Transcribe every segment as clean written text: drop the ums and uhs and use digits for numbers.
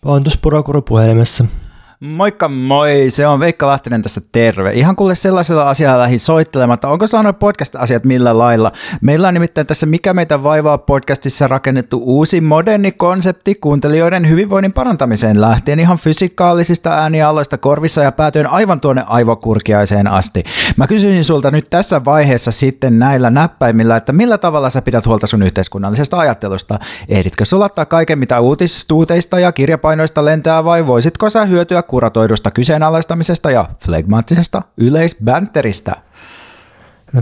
Pontus Purokuru puhelimessa. Moikka moi, se on Veikka Lahtinen tässä terve. Ihan kuule sellaisella asialla lähdin soittelematta. Onko saanut podcast-asiat millä lailla? Meillä on nimittäin tässä Mikä meitä vaivaa podcastissa rakennettu uusi moderni konsepti kuuntelijoiden hyvinvoinnin parantamiseen lähtien ihan fysikaalisista äänialoista korvissa ja päätyen aivan tuonne aivokurkiaiseen asti. Mä kysyisin sulta nyt tässä vaiheessa sitten näillä näppäimillä, että millä tavalla sä pidät huolta sun yhteiskunnallisesta ajattelusta? Ehditkö sulattaa kaiken mitä uutistuuteista ja kirjapainoista lentää vai voisitko sä hyötyä kuratoidusta kyseenalaistamisesta ja flegmaattisesta yleisbänteristä? No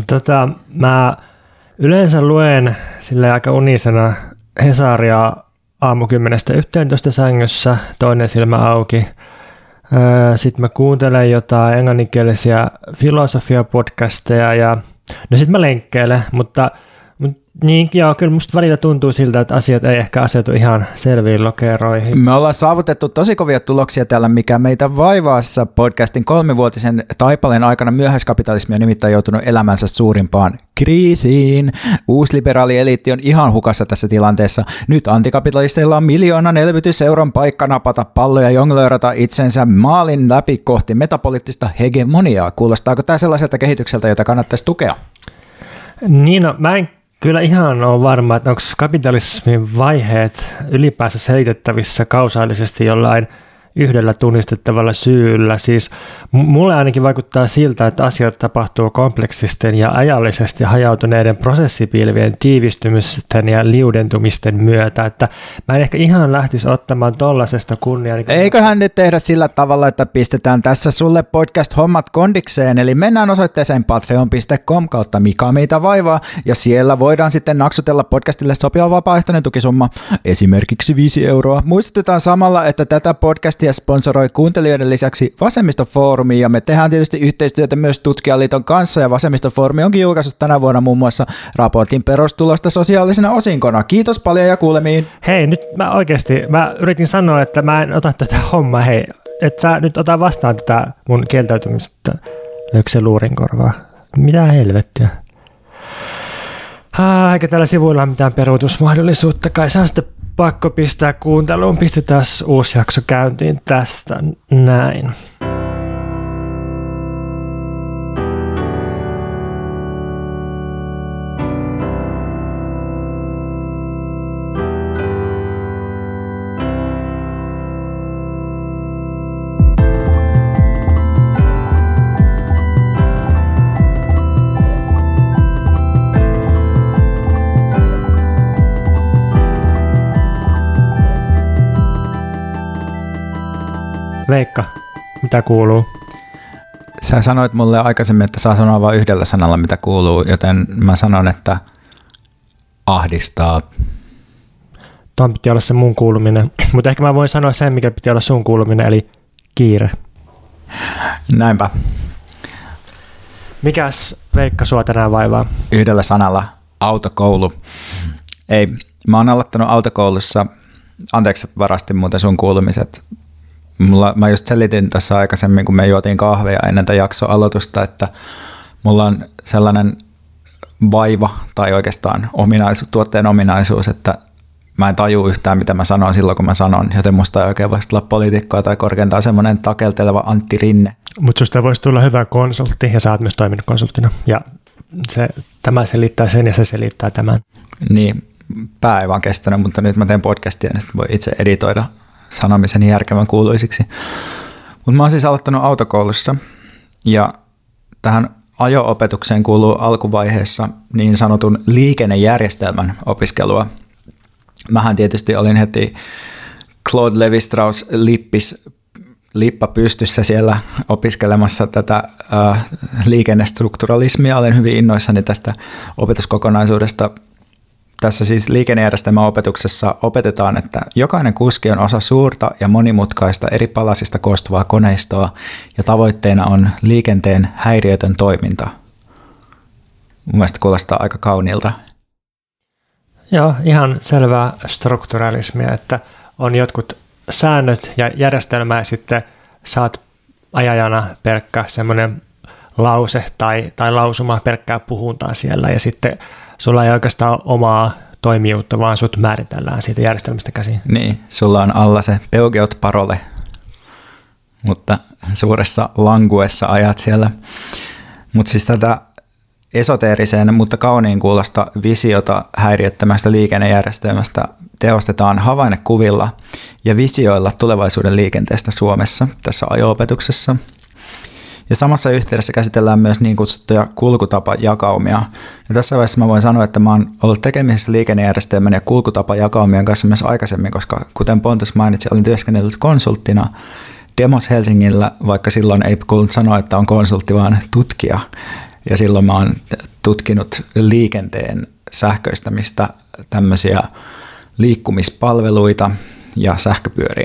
mä yleensä luen sille aika unisena Hesaria aamu 10:11 sängyssä, toinen silmä auki. Sitten mä kuuntelen jotain englanninkielisiä filosofiapodcasteja ja no sit mä lenkkeilen, mutta niin, joo, kyllä musta välillä tuntuu siltä, että asiat ei ehkä asetu ihan selviin lokeroihin. Me ollaan saavutettu tosi kovia tuloksia täällä Mikä meitä vaivaassa podcastin 3-vuotisen taipaleen aikana. Myöhäiskapitalismi on nimittäin joutunut elämänsä suurimpaan kriisiin. Uusliberaali eliitti on ihan hukassa tässä tilanteessa. Nyt antikapitalisteilla on 1 000 000 elvytyseuron paikka napata palloja ja jonglöörata itsensä maalin läpi kohti metapoliittista hegemoniaa. Kuulostaako tämä sellaiselta kehitykseltä, jota kannattaisi tukea? Niin, no, mä en kyllä ihan ole varma, että onko kapitalismin vaiheet ylipäänsä selitettävissä kausaalisesti jollain yhdellä tunnistettavalla syyllä. Siis mulle ainakin vaikuttaa siltä, että asiat tapahtuu kompleksisten ja ajallisesti hajautuneiden prosessipilvien tiivistymisten ja liudentumisten myötä, että mä en ehkä ihan lähtisi ottamaan tollasesta kunniaa. Eiköhän nyt tehdä sillä tavalla, että pistetään tässä sulle podcast-hommat kondikseen, eli mennään osoitteeseen patreon.com kautta Mikä meitä vaivaa, ja siellä voidaan sitten naksutella podcastille sopiva vapaaehtoinen tukisumma, esimerkiksi 5 euroa. Muistutetaan samalla, että tätä podcastia sponsoroi kuuntelijoiden lisäksi Vasemmistofoorumi, ja me tehdään tietysti yhteistyötä myös Tutkijaliiton kanssa, ja Vasemmistofoorumi onkin julkaissut tänä vuonna muun muassa raportin perustulosta sosiaalisena osinkona. Kiitos paljon ja kuulemiin. Hei, nyt mä yritin sanoa, että mä en ota tätä hommaa, hei, että sä nyt ota vastaan tätä mun kieltäytymistä. Löykö se luurinkorvaa? Mitä helvettiä? Eikä täällä sivuilla ole mitään peruutusmahdollisuutta, kai se on sitten pakko pistää kuunteluun. Pistetään uusi jakso käyntiin tästä näin. Veikka, mitä kuuluu? Sä sanoit mulle aikaisemmin, että saa sanoa vain yhdellä sanalla, mitä kuuluu, joten mä sanon, että ahdistaa. Tuon piti olla se mun kuuluminen, mutta ehkä mä voin sanoa sen, mikä piti olla sun kuuluminen, eli kiire. Näinpä. Mikäs Veikka sua tänään vaivaa? Yhdellä sanalla autokoulu. Ei, mä oon aloittanut autokoulussa, anteeksi varastin muuten sun kuulumiset. Mä just selitin tässä aikaisemmin, kun me juotiin kahvia ennen tätä jaksoaloitusta, että mulla on sellainen vaiva tai oikeastaan tuotteen ominaisuus, että mä en taju yhtään, mitä mä sanon silloin, kun mä sanon, joten musta ei oikein voisi tulla poliitikkoa tai korkeintaan semmoinen takelteleva Antti Rinne. Mutta susta voisi tulla hyvä konsultti ja sä oot myös toiminut konsulttina ja tämä selittää sen ja se selittää tämän. Niin, pää ei vaan kestänyt, mutta nyt mä teen podcastia ja sitten voi itse editoida sanomisen järkevän kuuluisiksi. Mutta mä oon siis aloittanut autokoulussa ja tähän ajo-opetukseen kuuluu alkuvaiheessa niin sanotun liikennejärjestelmän opiskelua. Mähän tietysti olin heti Claude Lévi-Strauss lippa pystyssä siellä opiskelemassa tätä liikennestrukturalismia. Olen hyvin innoissani tästä opetuskokonaisuudesta. Tässä siis liikennejärjestelmän opetuksessa opetetaan, että jokainen kuski on osa suurta ja monimutkaista eri palasista koostuvaa koneistoa ja tavoitteena on liikenteen häiriötön toiminta. Mun mielestä kuulostaa aika kauniilta. Joo, ihan selvää strukturalismia, että on jotkut säännöt ja järjestelmä ja sitten saat ajajana pelkkä semmoinen lause tai lausuma pelkkää puhuntaa siellä ja sitten sulla ei oikeastaan omaa toimijuutta, vaan sut määritellään siitä järjestelmästä käsin. Niin, sulla on alla se Peugeot-parole, mutta suuressa languessa ajat siellä. Mutta siis tätä esoteeriseen, mutta kauniin kuulosta visiota häiriöttömästä liikennejärjestelmästä teostetaan havainnekuvilla ja visioilla tulevaisuuden liikenteestä Suomessa tässä ajo-opetuksessa. Ja samassa yhteydessä käsitellään myös niin kutsuttuja kulkutapajakaumia. Ja tässä vaiheessa mä voin sanoa, että mä oon ollut tekemisissä liikennejärjestelmän ja kulkutapajakaumien kanssa myös aikaisemmin, koska kuten Pontus mainitsi, olin työskennellyt konsulttina Demos Helsingillä, vaikka silloin ei kuulunut sanoa, että on konsultti, vaan tutkija. Ja silloin mä oon tutkinut liikenteen sähköistämistä, tämmöisiä liikkumispalveluita ja sähköpyöriä.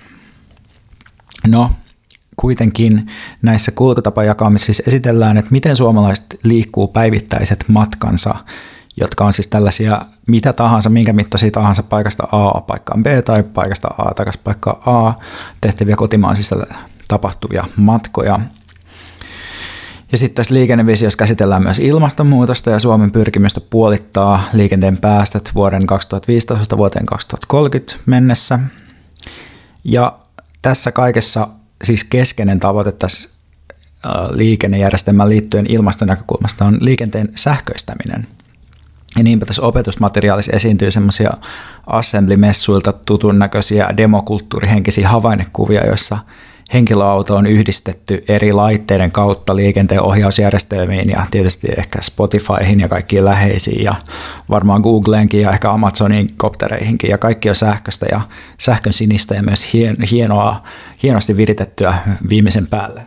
No, kuitenkin näissä kulkutapajakaumissa siis esitellään, että miten suomalaiset liikkuu päivittäiset matkansa, jotka on siis tällaisia mitä tahansa, minkä mittaisia tahansa paikasta A paikkaan B tai paikasta A takaisin paikkaan A tehtäviä kotimaan sisällä tapahtuvia matkoja. Ja sitten tässä liikennevisiossa käsitellään myös ilmastonmuutosta ja Suomen pyrkimystä puolittaa liikenteen päästöt vuoden 2015 vuoteen 2030 mennessä. Ja tässä kaikessa siis keskeinen tavoite tässä liikennejärjestelmään liittyen ilmaston näkökulmasta on liikenteen sähköistäminen. Ja niinpä tässä opetusmateriaalissa esiintyy semmoisia assembly-messuilta tutun näköisiä demokulttuurihenkisiä havainnekuvia, joissa henkilöauto on yhdistetty eri laitteiden kautta liikenteen ohjausjärjestelmiin ja tietysti ehkä Spotifyhin ja kaikkiin läheisiin ja varmaan Googleenkin ja ehkä Amazonin koptereihinkin ja kaikki on sähköistä ja sähkön sinistä ja myös hienosti viritettyä viimeisen päälle.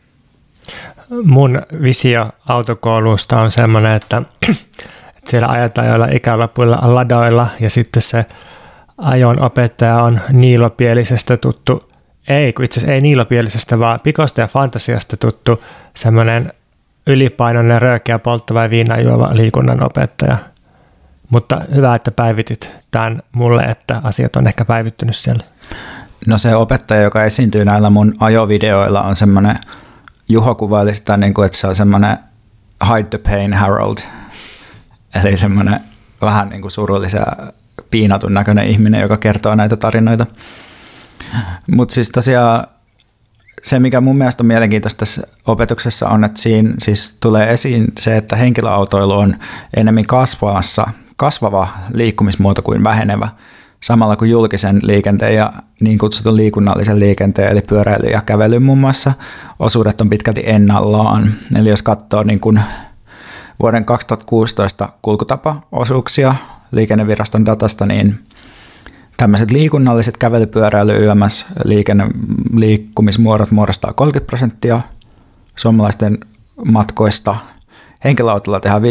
Mun visio autokoulusta on semmoinen, että siellä ajetaan joilla ikälopuilla ladoilla ja sitten se ajon opettaja on niilopielisestä tuttu. Ei, kun itse asiassa ei niilopielisestä, vaan Pikosta ja Fantasiasta tuttu semmoinen ylipainoinen, röökeä, polttava ja viinaa juova liikunnan opettaja. Mutta hyvä, että päivitit tämän mulle, että asiat on ehkä päivittynyt siellä. No se opettaja, joka esiintyy näillä mun ajovideoilla, on semmoinen, Juho kuvaili sitä niin kuin, että se on semmoinen hide the pain Harold. Eli semmoinen vähän niin kuin surullisen piinatun näköinen ihminen, joka kertoo näitä tarinoita. Mutta siis tosiaan se, mikä mun mielestä on mielenkiintoista tässä opetuksessa on, että siinä siis tulee esiin se, että henkilöautoilu on enemmän kasvava liikkumismuoto kuin vähenevä, samalla kuin julkisen liikenteen ja niin kutsutun liikunnallisen liikenteen, eli pyöräily ja kävely muun muassa, osuudet on pitkälti ennallaan. Eli jos katsoo niin kuin vuoden 2016 kulkutapaosuuksia liikenneviraston datasta, niin tämmöiset liikunnalliset kävelypyöräily YMS liikkumismuodot muodostaa 30% suomalaisten matkoista. Henkilöautolla tehdään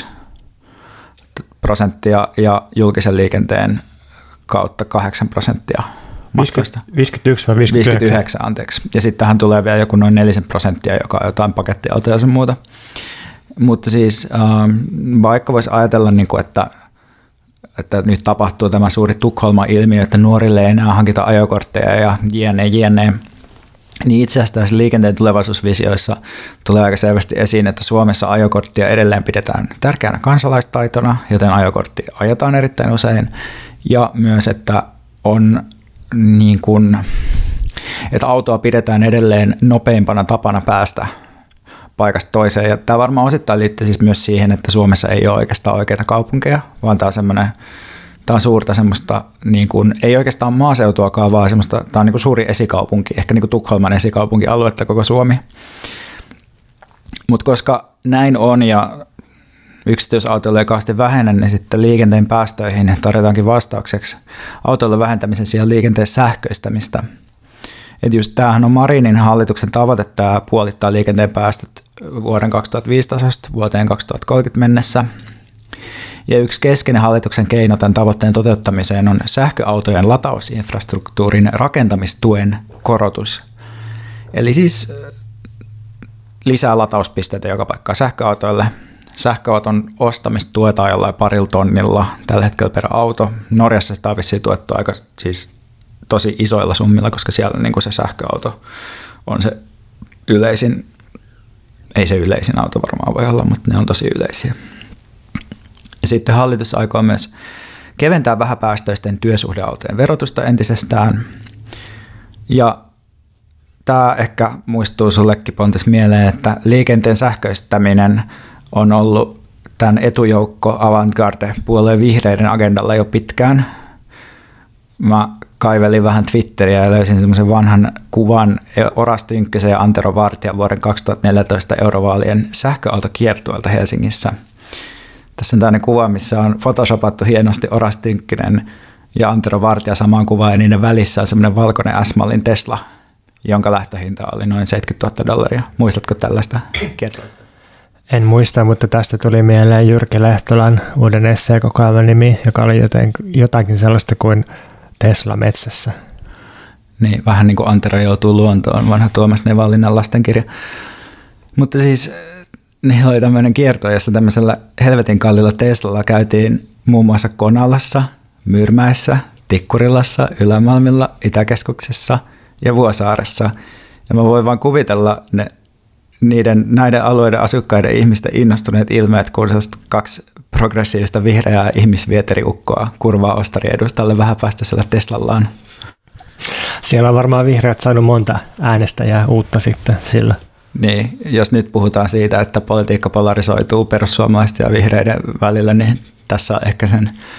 51% ja julkisen liikenteen kautta 8% matkoista. 51 vai 59? Anteeksi. Ja sitten tähän tulee vielä joku noin 4%, joka on jotain pakettiautoja ja sun muuta. Mutta siis vaikka voisi ajatella, että nyt tapahtuu tämä suuri Tukholma-ilmiö, että nuorille ei enää hankita ajokortteja ja jne. Niin itse asiassa tässä liikenteen tulevaisuusvisioissa tulee aika selvästi esiin, että Suomessa ajokorttia edelleen pidetään tärkeänä kansalaistaitona, joten ajokortti ajetaan erittäin usein. Ja myös, että että autoa pidetään edelleen nopeimpana tapana päästä paikasta toiseen. Ja tämä varmaan osittain liittyy siis myös siihen, että Suomessa ei ole oikeastaan oikeita kaupunkeja, vaan tämä on suurta semmoista, niin kuin, ei oikeastaan maaseutuakaan, vaan semmoista, tämä on niin kuin suuri esikaupunki, ehkä niin kuin Tukholman esikaupunkialuetta koko Suomi. Mutta koska näin on ja yksityisautoilu ei kauheasti vähene, niin sitten liikenteen päästöihin tarjotaankin vastaukseksi autoilun vähentämisen sijaan liikenteen sähköistämistä. Että just tämähän on Marinin hallituksen tavoite, tämä puolittaa liikenteen päästöt vuoden 2015 vuoteen 2030 mennessä. Ja yksi keskeinen hallituksen keino tämän tavoitteen toteuttamiseen on sähköautojen latausinfrastruktuurin rakentamistuen korotus. Eli siis lisää latauspisteitä joka paikkaan sähköautoille. Sähköauton ostamista tuetaan jollain 2 tonnilla tällä hetkellä per auto. Norjassa sitä on vissiin tuettu aika siis tosi isoilla summilla, koska siellä niin kuin se sähköauto on se yleisin, ei se yleisin auto varmaan voi olla, mutta ne on tosi yleisiä. Sitten hallitus aikoo myös keventää vähäpäästöisten työsuhdeautojen verotusta entisestään. Ja tämä ehkä muistuu sullekin Pontus mieleen, että liikenteen sähköistäminen on ollut tämän etujoukko avantgarde-puolueen vihreiden agendalla jo pitkään. Mä kaivelin vähän Twitteriä ja löysin semmoisen vanhan kuvan Oras Tynkkysen ja Antero Vartian vuoden 2014 eurovaalien sähköautokiertueelta Helsingissä. Tässä on tämmöinen kuva, missä on photoshopattu hienosti Oras Tynkkynen ja Antero Vartija samaan kuvaan, ja niiden välissä on semmoinen valkoinen S-mallin Tesla, jonka lähtöhinta oli noin $70,000. Muistatko tällaista kiertuetta? En muista, mutta tästä tuli mieleen Jyrki Lehtolän uuden esseekokoelman nimi, joka oli jotakin sellaista kuin Tesla metsässä. Niin, vähän niin kuin Antero joutuu luontoon, vanha Tuomas Nevalinnan lastenkirja. Mutta siis niillä oli tämmöinen kierto, jossa tämmöisellä helvetin kallilla Teslalla käytiin muun muassa Konalassa, Myyrmäessä, Tikkurilassa, Ylämalmilla, Itäkeskuksessa ja Vuosaaressa. Ja mä voin vaan kuvitella näiden alueiden asukkaiden ihmisten innostuneet ilmeet, kun kaksi progressiivista vihreää ihmisvieteriukkoa kurvaa ostari edustalle vähäpäästöisellä Teslallaan. Siellä on varmaan vihreät saanut monta äänestäjää uutta sitten sillä. Niin, jos nyt puhutaan siitä, että politiikka polarisoituu perussuomalaisten ja vihreiden välillä, niin tässä on ehkä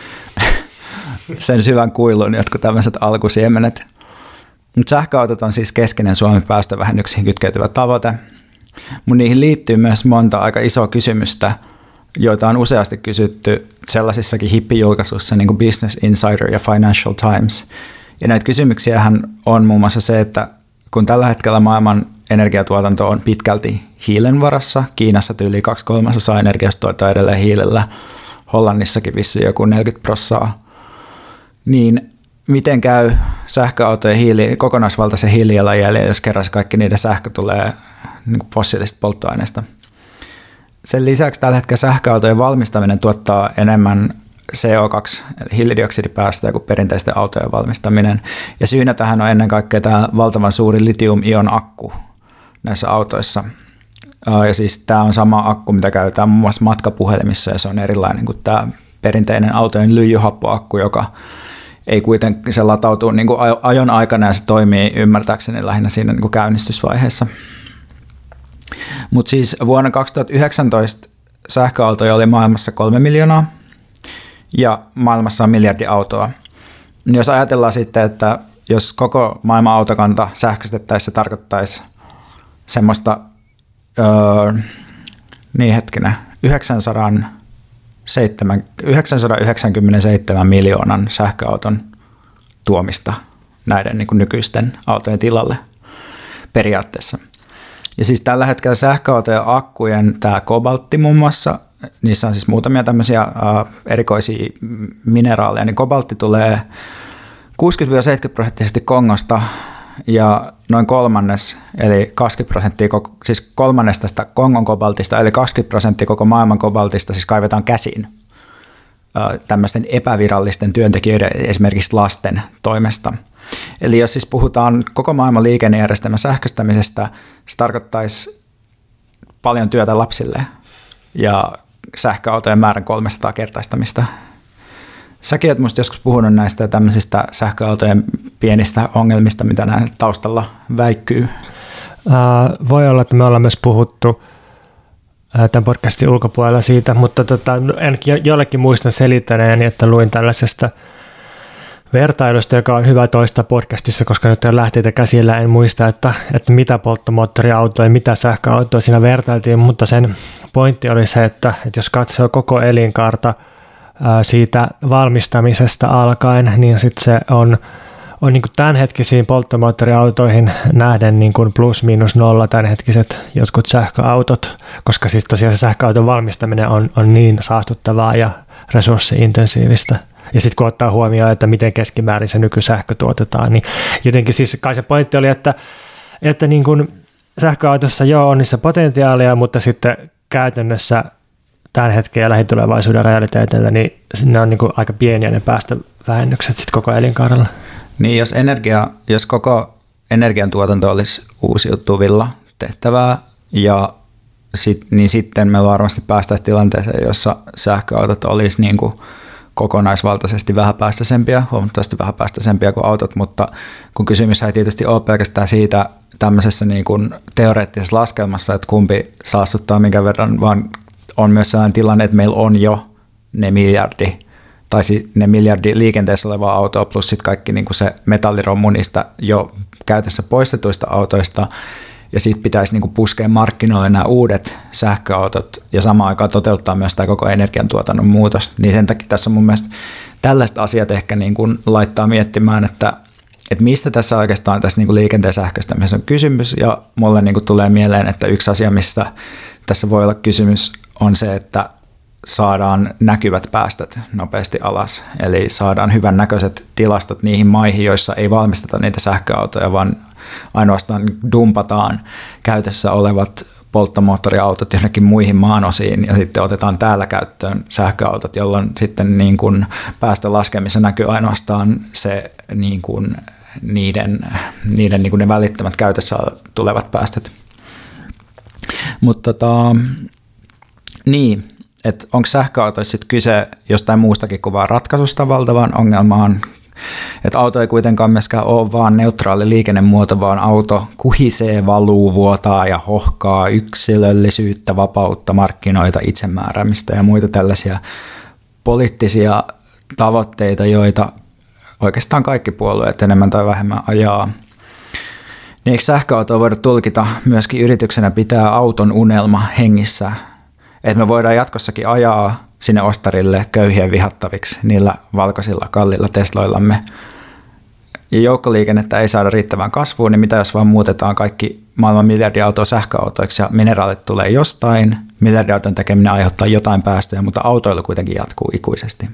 sen syvän kuilun jotkut tämmöiset alkusiemenet. Mutta sähköautot on siis keskeinen Suomen päästövähennyksiin kytkeytyvä tavoite, mutta niihin liittyy myös monta aika isoa kysymystä, joita on useasti kysytty sellaisissakin hippijulkaisuissa niin kuin Business Insider ja Financial Times. Ja näitä kysymyksiähän on muun muassa se, että kun tällä hetkellä maailman energiatuotanto on pitkälti hiilen varassa, Kiinassa tyyli 2/3 energiasta tuotetaan edelleen hiilellä, Hollannissakin vissiin joku 40%, niin miten käy sähköautojen kokonaisvaltaisen hiilijalanjäljen, jos kerran kaikki niiden sähkö tulee niin kuin fossiilisista polttoaineista. Sen lisäksi tällä hetkellä sähköautojen valmistaminen tuottaa enemmän CO2, eli hiilidioksidipäästöjä, kuin perinteisten autojen valmistaminen. Ja syynä tähän on ennen kaikkea tämä valtavan suuri litium-ion akku näissä autoissa. Ja siis tämä on sama akku, mitä käytetään muun muassa matkapuhelimissa, ja se on erilainen kuin tämä perinteinen autojen lyijyhappoakku, joka ei kuitenkaan, se latautuu niin kuin ajon aikana, ja se toimii ymmärtääkseni lähinnä siinä niin kuin käynnistysvaiheessa. Mutta siis vuonna 2019 sähköautoja oli maailmassa 3 miljoonaa, ja maailmassa on 1 miljardi autoa. Jos ajatellaan sitten, että jos koko maailman autokanta sähköistettäisiin, se tarkoittaisi semmoista 997 miljoonan sähköauton tuomista näiden niin kuin nykyisten autojen tilalle periaatteessa. Ja siis tällä hetkellä sähköautojen akkujen tämä kobaltti muun muassa, niissä on siis muutamia tämmöisiä erikoisia mineraaleja, niin kobaltti tulee 60-70% Kongosta ja noin kolmannes, eli 20%, siis kolmannes tästä Kongon kobaltista, eli 20% koko maailman kobaltista siis kaivetaan käsiin tämmöisten epävirallisten työntekijöiden, esimerkiksi lasten toimesta. Eli jos siis puhutaan koko maailman liikennejärjestelmän sähköistämisestä, se tarkoittaisi paljon työtä lapsille ja sähköautojen määrän 300-kertaistamista. Säkin olet minusta joskus puhunut näistä tämmöisistä sähköautojen pienistä ongelmista, mitä näin taustalla väikkyy. Voi olla, että me ollaan myös puhuttu tämän podcastin ulkopuolella siitä, mutta ainakin jollekin muistan selittäneeni, että luin tällaisesta vertailusta, joka on hyvä toista podcastissa, koska nyt on lähteitä käsillä, en muista, että mitä polttomoottoriautoja ja mitä sähköautoja siinä vertailtiin, mutta sen pointti oli se, että jos katsoo koko elinkaarta siitä valmistamisesta alkaen, niin sitten se on niin kuin tämänhetkisiin polttomoottoriautoihin nähden niin kuin plus miinus nolla tämänhetkiset jotkut sähköautot, koska siis tosiaan se sähköauton valmistaminen on niin saastuttavaa ja resurssi-intensiivistä. Ja sitten kun ottaa huomioon, että miten keskimäärin se nykysähkö tuotetaan, niin jotenkin siis kai se pointti oli, että niin kuin sähköautossa on niissä potentiaalia, mutta sitten käytännössä tämän hetken ja lähitulevaisuuden realiteetillä, niin ne on niin kuin aika pieniä ne päästövähennykset sitten koko elinkaarella. Niin, jos koko energiantuotanto olisi uusiutuvilla tehtävää ja niin sitten me varmasti päästäisiin tilanteeseen, jossa sähköautot olisi niin kuin kokonaisvaltaisesti vähäpäästöisempiä, huomattavasti vähäpäästöisempiä kuin autot, mutta kun kysymys ei tietysti ole pelkästään siitä tämmöisessä niin kuin teoreettisessa laskelmassa, että kumpi saastuttaa minkä verran, vaan on myös sellainen tilanne, että meillä on jo ne miljardi liikenteessä olevaa autoa plus sitten kaikki niin kuin se metallirommu niistä jo käytössä poistetuista autoista, ja sitten pitäisi niin kuin puskea markkinoille nämä uudet sähköautot ja samaan aikaan toteuttaa myös tämä koko energiantuotannon muutos. Niin sen takia tässä mun mielestä tällaiset asiat ehkä niin kuin laittaa miettimään, että mistä tässä oikeastaan tässä niin kuin liikenteen sähköistämisessä on kysymys. Ja mulle niin kuin tulee mieleen, että yksi asia, mistä tässä voi olla kysymys, on se, että saadaan näkyvät päästöt nopeasti alas. Eli saadaan hyvän näköiset tilastot niihin maihin, joissa ei valmisteta niitä sähköautoja, vaan ainoastaan dumpataan käytössä olevat polttomoottoriautot jonnekin muihin maanosiin ja sitten otetaan täällä käyttöön sähköautot, jolloin sitten niin kuin päästölaskemisessa näkyy ainoastaan se niin kuin niiden niin kuin ne välittömät käytössä tulevat päästöt. Mutta niin, että onko sähköautoissa sitten kyse jostain muustakin kuin vaan ratkaisusta valtavaan ongelmaan, että auto ei kuitenkaan myöskään ole vaan neutraali liikennemuoto, vaan auto kuhisee, valuu, vuotaa ja hohkaa yksilöllisyyttä, vapautta, markkinoita, itsemääräämistä ja muita tällaisia poliittisia tavoitteita, joita oikeastaan kaikki puolueet enemmän tai vähemmän ajaa. Niin eikö sähköautoa voida tulkita myöskin yrityksenä pitää auton unelma hengissä, että me voidaan jatkossakin ajaa sinne ostarille köyhien vihattaviksi niillä valkoisilla kalliilla Tesloillamme. Ja joukkoliikennettä ei saada riittävään kasvuun, niin mitä jos vaan muutetaan kaikki maailman miljardiautoa sähköautoiksi ja mineraalit tulee jostain, miljardiauton tekeminen aiheuttaa jotain päästöjä, mutta autoilu kuitenkin jatkuu ikuisesti.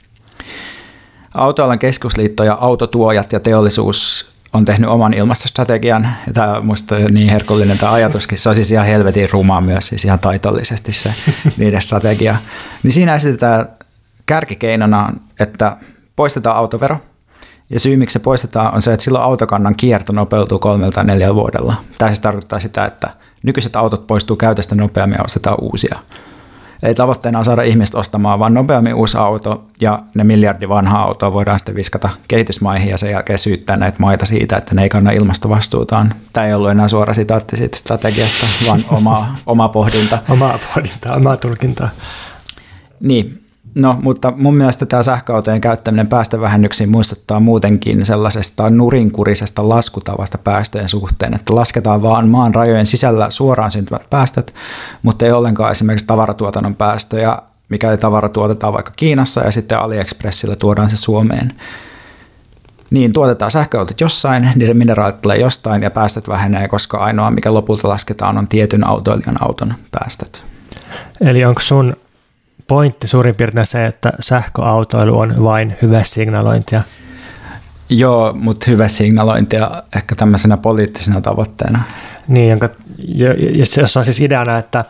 Autoalan keskusliitto ja autotuojat ja teollisuus on tehnyt oman ilmastostrategian, ja tämä musta on niin herkullinen tämä ajatuskin, se on siis ihan helvetin rumaa myös, siis ihan taitollisesti se niiden strategia. Niin siinä esitetään kärkikeinona, että poistetaan autovero, ja syy miksi se poistetaan on se, että silloin autokannan kierto nopeutuu 3-4 vuodella. Tämä siis tarkoittaa sitä, että nykyiset autot poistuu käytöstä nopeammin ja ostetaan uusia. Eli tavoitteena on saada ihmiset ostamaan vaan nopeammin uusi auto, ja ne miljardi vanhaa autoa voidaan sitten viskata kehitysmaihin ja sen jälkeen syyttää näitä maita siitä, että ne ei kanna ilmastovastuutaan. Tämä ei ollut enää suora sitaatti siitä strategiasta, vaan oma pohdinta. Omaa tulkintaa. Niin, no mutta mun mielestä tämä sähköautojen käyttäminen päästövähennyksiin muistuttaa muutenkin sellaisesta nurinkurisesta laskutavasta päästöjen suhteen, että lasketaan vaan maan rajojen sisällä suoraan syntyvät päästöt, mutta ei ollenkaan esimerkiksi tavaratuotannon päästöjä, mikäli tavara tuotetaan vaikka Kiinassa ja sitten AliExpressillä tuodaan se Suomeen. Niin tuotetaan sähköautot jossain, niiden mineraalit tulee jostain ja päästöt vähenee, koska ainoa mikä lopulta lasketaan on tietyn autoilijan auton päästöt. Eli onko sun pointti suurin piirtein se, että sähköautoilu on vain hyväsignalointia? Joo, mutta hyväsignalointia ehkä tämmöisenä poliittisena tavoitteena. Niin, jossa on siis ideana, että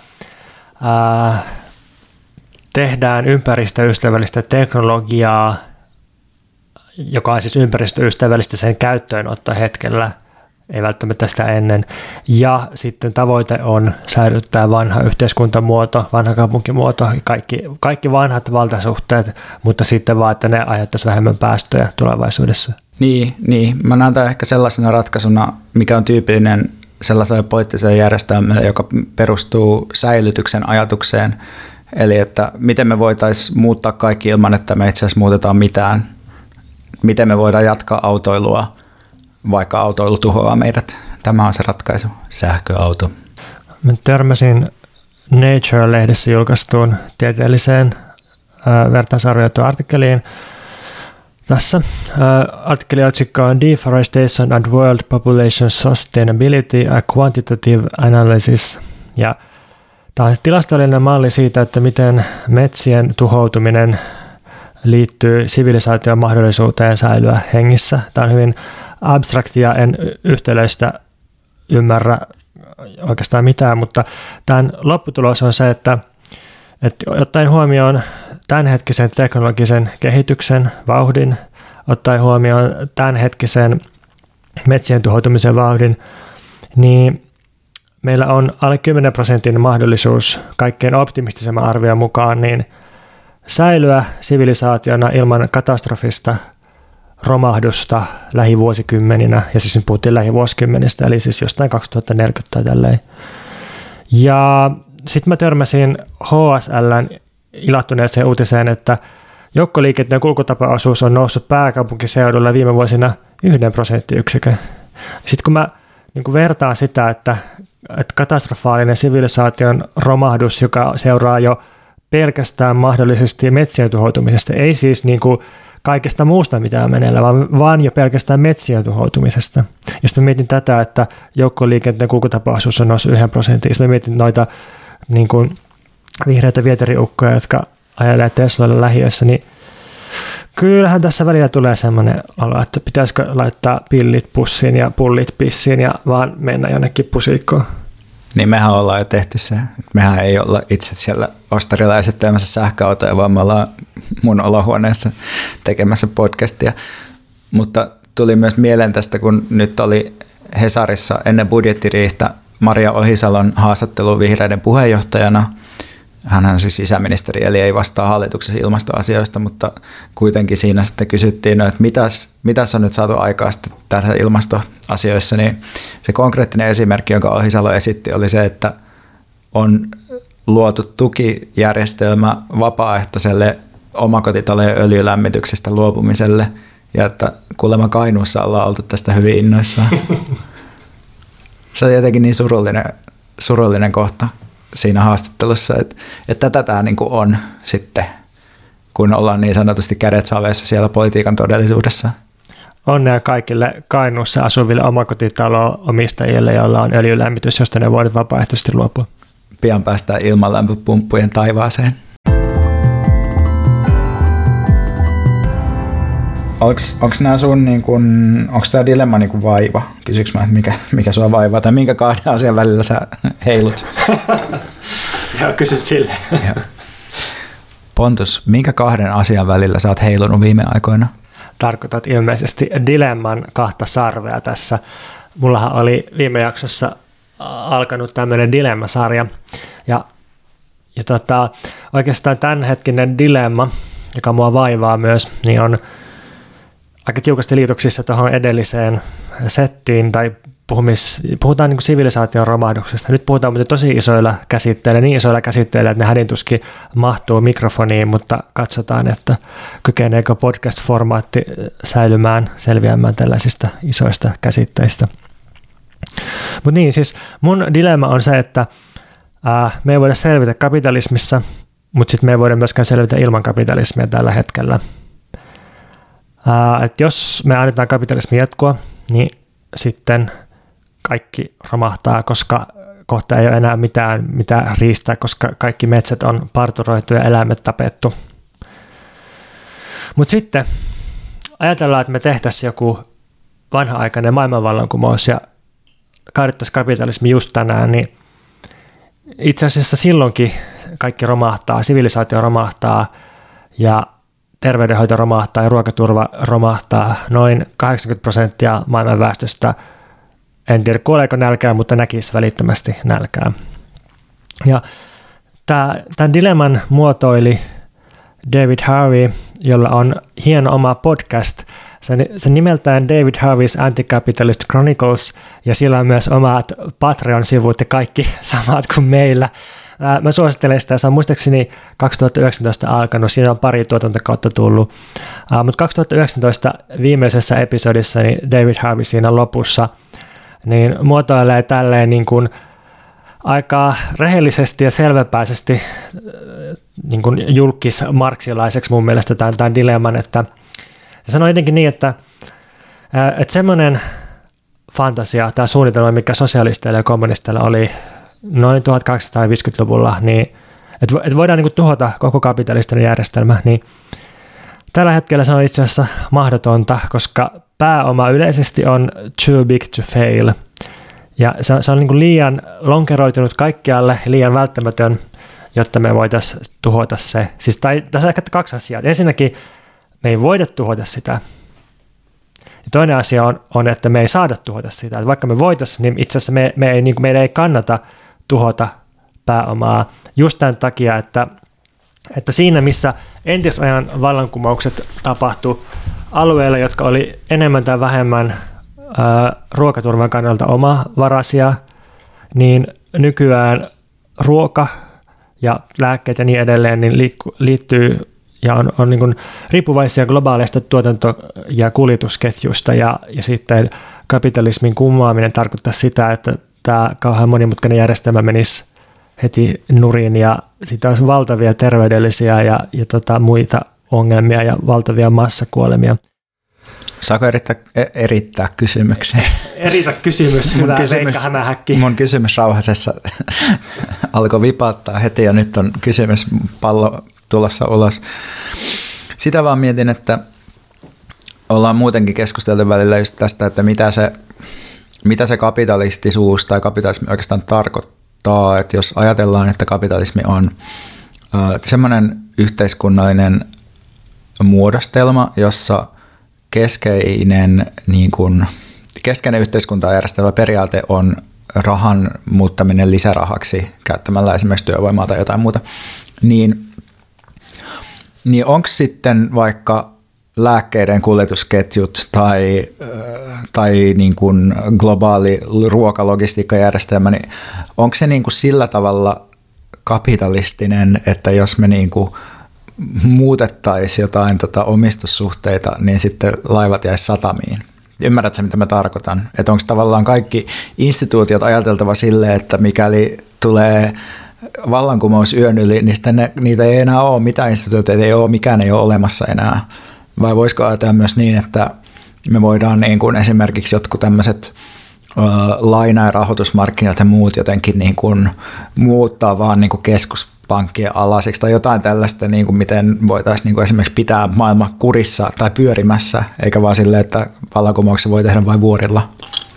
tehdään ympäristöystävällistä teknologiaa, joka on siis ympäristöystävällistä sen käyttöönottohetkellä, ei välttämättä sitä ennen. Ja sitten tavoite on säilyttää vanha yhteiskuntamuoto, vanha kaupunkimuoto, kaikki vanhat valtasuhteet, mutta sitten vaan, että ne aiheuttaisi vähemmän päästöjä tulevaisuudessa. Niin. Mä näen tämän ehkä sellaisena ratkaisuna, mikä on tyypillinen sellaiselle poliittiselle järjestelmälle, joka perustuu säilytyksen ajatukseen. Eli että miten me voitaisiin muuttaa kaikki ilman, että me itse asiassa muutetaan mitään. Miten me voidaan jatkaa autoilua, vaikka autoilu tuhoaa meidät. Tämä on se ratkaisu, sähköauto. Mä törmäsin Nature-lehdessä julkaistuun tieteelliseen vertaisarvioituun artikkeliin. Tässä artikkelin otsikko on Deforestation and World Population Sustainability, a Quantitative Analysis. Ja tämä on tilastollinen malli siitä, että miten metsien tuhoutuminen liittyy sivilisaation mahdollisuuteen säilyä hengissä. Tämä on hyvin abstraktia, en yhtälöistä ymmärrä oikeastaan mitään, mutta tämän lopputulos on se, että ottaen huomioon tämänhetkisen teknologisen kehityksen vauhdin, ottaen huomioon tämänhetkisen metsien tuhoutumisen vauhdin, niin meillä on alle 10% mahdollisuus kaikkein optimistisemman arvion mukaan niin säilyä sivilisaationa ilman katastrofista romahdusta lähivuosikymmeninä, ja siis nyt puhuttiin lähivuosikymmenistä, eli siis jostain 2040 tai tälleen. Ja sitten mä törmäsin HSL:n ilahtuneeseen uutiseen, että joukkoliikenteen kulkutapaosuus on noussut pääkaupunkiseudulla viime vuosina 1%. Sitten kun mä niin kuin vertaan sitä, että katastrofaalinen sivilisaation romahdus, joka seuraa jo pelkästään mahdollisesti metsien tuhoutumisesta, ei siis niin kuin kaikesta muusta mitään meneillä, vaan jo pelkästään metsien tuhoutumisesta. Ja sitten mietin tätä, että joukkoliikenteen kulkutapaosuus on noussut 1%. Sitten mietin noita niin kuin vihreitä vieteriukkoja, jotka ajelee Teslailla lähiössä, niin kyllähän tässä välillä tulee semmoinen olo, että pitäisikö laittaa pillit pussiin ja pullit pissiin ja vaan mennä jonnekin pusikkoon. Niin mehän ollaan jo tehty se. Mehän ei olla itse siellä ostarilla esittelemässä sähköautoja, vaan me ollaan mun olohuoneessa tekemässä podcastia. Mutta tuli myös mieleen tästä, kun nyt oli Hesarissa ennen budjettiriihtä Maria Ohisalon haastattelu vihreiden puheenjohtajana. Hän on siis sisäministeri, eli ei vastaa hallituksessa ilmastoasioista, mutta kuitenkin siinä sitten kysyttiin, että mitäs on nyt saatu aikaa sitten tässä ilmastoasioissa, niin se konkreettinen esimerkki, jonka Ohisalo esitti, oli se, että on luotu tukijärjestelmä vapaaehtoiselle omakotitalojen öljylämmityksestä luopumiselle, ja että kuulemma Kainuussa ollaan oltu tästä hyvin innoissaan. Se on jotenkin niin surullinen kohta siinä haastattelussa, että tätä tämä niin kuin on sitten, kun ollaan niin sanotusti kädet saveissa siellä politiikan todellisuudessa. Onnea kaikille Kainuussa asuville omakotitalo-omistajille, joilla on öljylämmitys, josta ne voivat vapaaehtoisesti luopua. Pian päästään ilmanlämpöpumppujen taivaaseen. Onko nämä sun, niin kun, onko tämä dilemma niin kun vaiva? Kysyks mä, että mikä sua vaivaa tai minkä kahden asian välillä sä heilut? Joo, kysy sille. Pontus, minkä kahden asian välillä sä oot heilunut viime aikoina? Tarkoitat ilmeisesti dilemman kahta sarvea tässä. Mullahan oli viime jaksossa alkanut tämmöinen dilemmasarja. Ja oikeastaan tämänhetkinen dilemma, joka mua vaivaa myös, niin on aika tiukasti liitoksissa tuohon edelliseen settiin, tai puhutaan niin kuin sivilisaation romahduksesta. Nyt puhutaan muuten tosi isoilla käsitteillä, niin isoilla käsitteillä, että ne hädintuskin mahtuu mikrofoniin, mutta katsotaan, että kykeneekö podcast-formaatti selviämään tällaisista isoista käsitteistä. Mutta niin, siis mun dilemma on se, että me ei voida selvitä kapitalismissa, mutta sitten me ei voida myöskään selvitä ilman kapitalismia tällä hetkellä. Että jos me annetaan kapitalismin jatkua, niin sitten kaikki romahtaa, koska kohta ei ole enää mitään riistää, koska kaikki metsät on parturoitu ja eläimet tapettu. Mutta sitten ajatellaan, että me tehtäisiin joku vanha-aikainen maailmanvallankumous ja kaadettaisiin kapitalismi just tänään, niin itse asiassa silloinkin kaikki romahtaa, sivilisaatio romahtaa ja terveydenhoito romahtaa ja ruokaturva romahtaa. Noin 80% maailman väestöstä, en tiedä kuoleeko nälkää, mutta näkisi välittömästi nälkää. Ja tämän dilemman muotoili David Harvey, jolla on hieno oma podcast. Se nimeltään David Harvey's Anti-Capitalist Chronicles, ja sillä on myös omat Patreon-sivut ja kaikki samat kuin meillä. Mä suosittelen sitä, se on muistaakseni 2019 alkanut, siinä on pari tuotantokautta tullut, mutta 2019 viimeisessä episodissa niin David Harvey siinä lopussa niin muotoilee tälleen niin kuin aika rehellisesti ja selväpäisesti niin kuin julkis-marksilaiseksi mun mielestä tämän dilemman, että se sanoo jotenkin niin, että semmoinen fantasia, tämä suunnitelma, mikä sosialisteilla ja kommunisteilla oli noin 1850-luvulla, niin että voidaan niin kuin tuhota koko kapitalistinen järjestelmä, niin tällä hetkellä se on itse asiassa mahdotonta, koska pääoma yleisesti on too big to fail. Ja se on niin kuin liian lonkeroitunut kaikkialle, liian välttämätön, jotta me voitaisiin tuhota se. Siis tässä on ehkä kaksi asiaa. Ensinnäkin me ei voida tuhota sitä. Ja toinen asia on, että me ei saada tuhota sitä. Että vaikka me voitaisiin, niin itse asiassa meidän ei kannata tuhota pääomaa just tämän takia, että siinä missä entisajan vallankumoukset tapahtui alueilla, jotka oli enemmän tai vähemmän ruokaturvan kannalta omavaraisia, niin nykyään ruoka ja lääkkeet ja niin edelleen niin liittyy ja on niin kuin riippuvaisia globaaleista tuotanto- ja kuljetusketjuista ja sitten kapitalismin kumoaminen tarkoittaa sitä, että tämä kauhean monimutkainen järjestelmä menisi heti nurin ja siitä olisi valtavia terveydellisiä ja muita ongelmia ja valtavia massakuolemia. Saako erittää kysymyksiä? Eritä kysymys, hyvä Veikka Hämähäkki. Mun kysymys rauhasessa alkoi vipauttaa heti ja nyt on kysymyspallo tulossa ulos. Sitä vaan mietin, että ollaan muutenkin keskusteltu välillä just tästä, että mitä se kapitalistisuus tai kapitalismi oikeastaan tarkoittaa. Että jos ajatellaan, että kapitalismi on semmoinen yhteiskunnallinen muodostelma, jossa keskeinen yhteiskuntaa järjestävä periaate on rahan muuttaminen lisärahaksi käyttämällä esimerkiksi työvoimaa tai jotain muuta, niin onko sitten vaikka lääkkeiden kuljetusketjut tai niin kuin globaali ruokalogistiikkajärjestelmä, niin onko se niin kuin sillä tavalla kapitalistinen, että jos me niin kuin muutettaisiin jotain omistussuhteita, niin sitten laivat jäisi satamiin. Ymmärrätkö, mitä mä tarkoitan? Että onko tavallaan kaikki instituutiot ajateltava silleen, että mikäli tulee vallankumous yön yli, niin sitten niitä ei enää ole, mitään instituutioita ei ole, mikään ei ole olemassa enää. Vai voisiko ajatella myös niin, että me voidaan niin kuin esimerkiksi jotkut tämmöiset laina- ja rahoitusmarkkinat ja muut jotenkin niin kuin muuttaa vaan niin kuin keskuspankkien alasiksi tai jotain tällaista, niin kuin miten voitaisiin niin kuin esimerkiksi pitää maailma kurissa tai pyörimässä, eikä vaan silleen, että vallankumouksen voi tehdä vain vuorilla.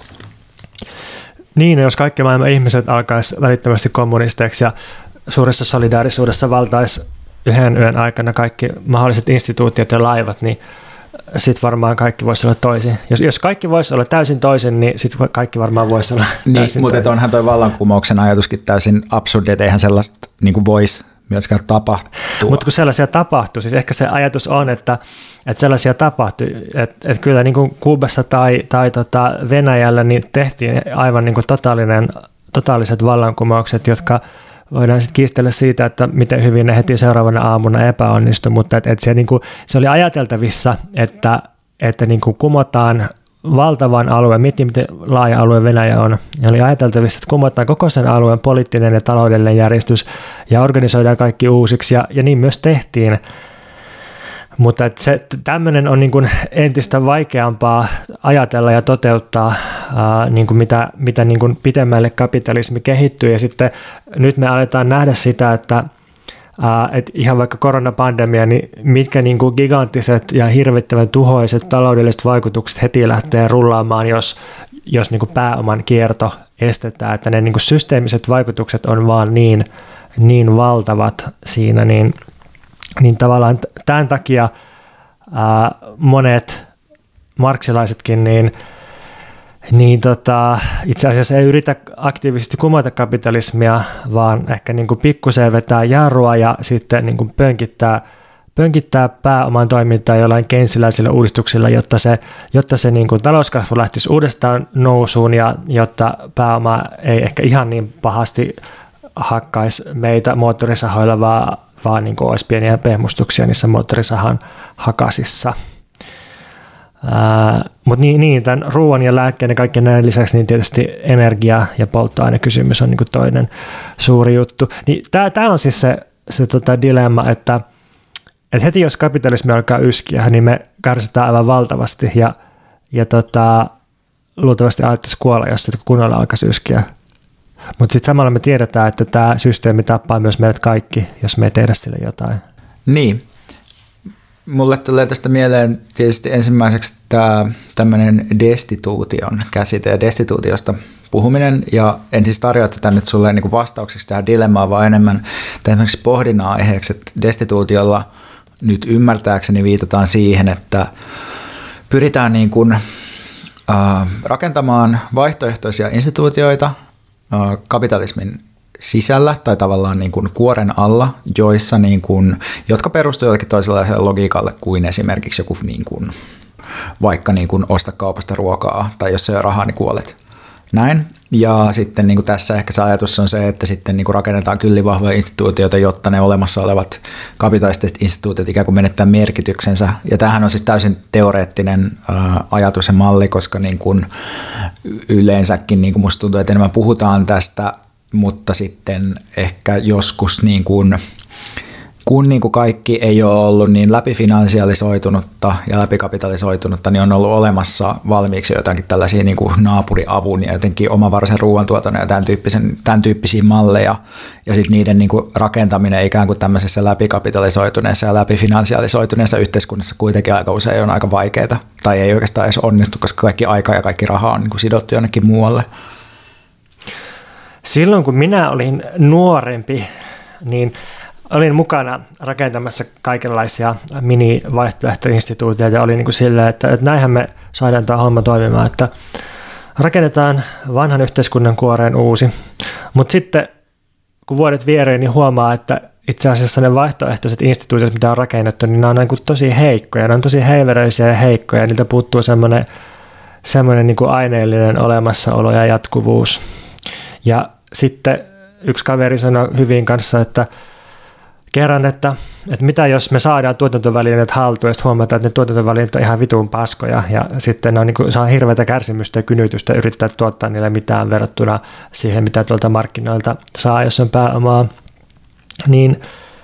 Niin, jos kaikki maailman ihmiset alkaisi välittömästi kommunisteiksi ja suuressa solidaarisuudessa valtaisi yhden yön aikana kaikki mahdolliset instituutiot ja laivat, niin sitten varmaan kaikki voisi olla toisin. Jos kaikki voisi olla täysin toisin, niin sitten kaikki varmaan voisi olla täysin mutta toisin. Onhan toi vallankumouksen ajatuskin täysin absurdi, että eihän sellaista niin kuin voisi myöskään tapahtua. Mutta kun sellaisia tapahtuu, siis ehkä se ajatus on, että sellaisia tapahtui, että kyllä niin kuin Kuubassa tai Venäjällä niin tehtiin aivan niin kuin totaaliset vallankumoukset, jotka voidaan sitten kiistellä siitä, että miten hyvin ne heti seuraavana aamuna epäonnistui, mutta se oli ajateltavissa, että niin kuin kumotaan valtavan alueen, miten laaja alue Venäjä on, ja oli ajateltavissa, että kumotaan koko sen alueen poliittinen ja taloudellinen järjestys ja organisoidaan kaikki uusiksi, ja niin myös tehtiin. Mutta tämmöinen on niin kuin entistä vaikeampaa ajatella ja toteuttaa, niin kuin mitä niin kuin pitemmälle kapitalismi kehittyy. Ja sitten nyt me aletaan nähdä sitä, että ihan vaikka koronapandemia, niin mitkä niin kuin giganttiset ja hirvittävän tuhoiset taloudelliset vaikutukset heti lähtee rullaamaan, jos niin kuin pääoman kierto estetään. Että ne niin kuin systeemiset vaikutukset on vaan niin valtavat siinä, niin tavallaan tämän takia monet marksilaisetkin itse asiassa ei yritä aktiivisesti kumota kapitalismia, vaan ehkä niin kuin pikkuseen vetää jarrua ja sitten niin kuin pönkittää pääoman toimintaa jollain keynesiläisillä uudistuksilla, jotta se niin kuin talouskasvu lähtisi uudestaan nousuun ja jotta pääoma ei ehkä ihan niin pahasti hakkaisi meitä moottorisahoilla, vaan niin kuin olisi pieniä pehmustuksia niissä moottorisahan hakasissa. Mutta niin, tämän ruoan ja lääkkeen ja kaikkien näiden lisäksi niin tietysti energia- ja polttoainekysymys on niin kuin toinen suuri juttu. Niin tämä on siis se dilemma, että heti jos kapitalismi alkaa yskiä, niin me kärsitetään aivan valtavasti ja luultavasti alettaisiin kuolla, jos se kunnolla alkaisi yskiä. Mutta sitten samalla me tiedetään, että tämä systeemi tappaa myös meidät kaikki, jos me ei tehdä sille jotain. Niin. Mulle tulee tästä mieleen tietysti ensimmäiseksi tämä tämmöinen destituution käsite ja destituutiosta puhuminen. Ja en siis tarjoa tätä nyt sulle niin kuin vastaukseksi tähän dilemmaan, vaan enemmän esimerkiksi pohdinnan aiheeksi, että destituutiolla nyt ymmärtääkseni viitataan siihen, että pyritään niin kuin, rakentamaan vaihtoehtoisia instituutioita kapitalismin sisällä tai tavallaan niin kuin kuoren alla, joissa niin kuin, jotka perustuvat jollekin toisenlaiselle logiikalle kuin esimerkiksi joku niin kuin, vaikka niin kuin osta kaupasta ruokaa tai jos ei ole rahaa, niin kuolet. Näin. Ja sitten niin kuin tässä ehkä se ajatus on se, että sitten niin kuin rakennetaan kyllin vahvoja instituutioita, jotta ne olemassa olevat kapitalistiset instituutiot ikään kuin menettää merkityksensä. Ja tämähän on siis täysin teoreettinen ajatus ja malli, koska niin kuin yleensäkin niin kuin musta tuntuu, että enemmän puhutaan tästä, mutta sitten ehkä joskus niin kuin, kun niin kuin kaikki ei ole ollut niin läpifinansialisoitunutta ja läpikapitalisoitunutta, niin on ollut olemassa valmiiksi jotakin tällaisia niin kuin naapuriavun ja jotenkin omavaraisen ruoantuotannon ja tämän tyyppisiä malleja. Ja sitten niiden niin kuin rakentaminen ikään kuin tämmöisessä läpikapitalisoituneessa ja läpifinansialisoituneessa yhteiskunnassa kuitenkin aika usein on aika vaikeaa. Tai ei oikeastaan edes onnistu, koska kaikki aika ja kaikki raha on niin kuin sidottu jonnekin muualle. Silloin kun minä olin nuorempi, niin olin mukana rakentamassa kaikenlaisia mini-vaihtoehtoinstituutioita ja oli niin kuin silleen, että näinhän me saadaan tämä homma toimimaan, että rakennetaan vanhan yhteiskunnan kuoreen uusi, mutta sitten kun vuodet viereen, niin huomaa, että itse asiassa ne vaihtoehtoiset instituutiot, mitä on rakennettu, niin ne on niin kuin tosi heikkoja, ne on tosi heiveröisiä ja heikkoja, ja niiltä puuttuu semmoinen niin kuin aineellinen olemassaolo ja jatkuvuus. Ja sitten yksi kaveri sanoi hyvin kanssa, että kerran, että mitä jos me saadaan tuotantovälineet haltuun ja sitten huomataan, että ne tuotantovälineet on ihan vitun paskoja ja sitten ne on, niin kuin, saa hirveätä kärsimystä ja kynytystä yrittää tuottaa niille mitään verrattuna siihen, mitä tuolta markkinoilta saa, jos on pääomaa. Niin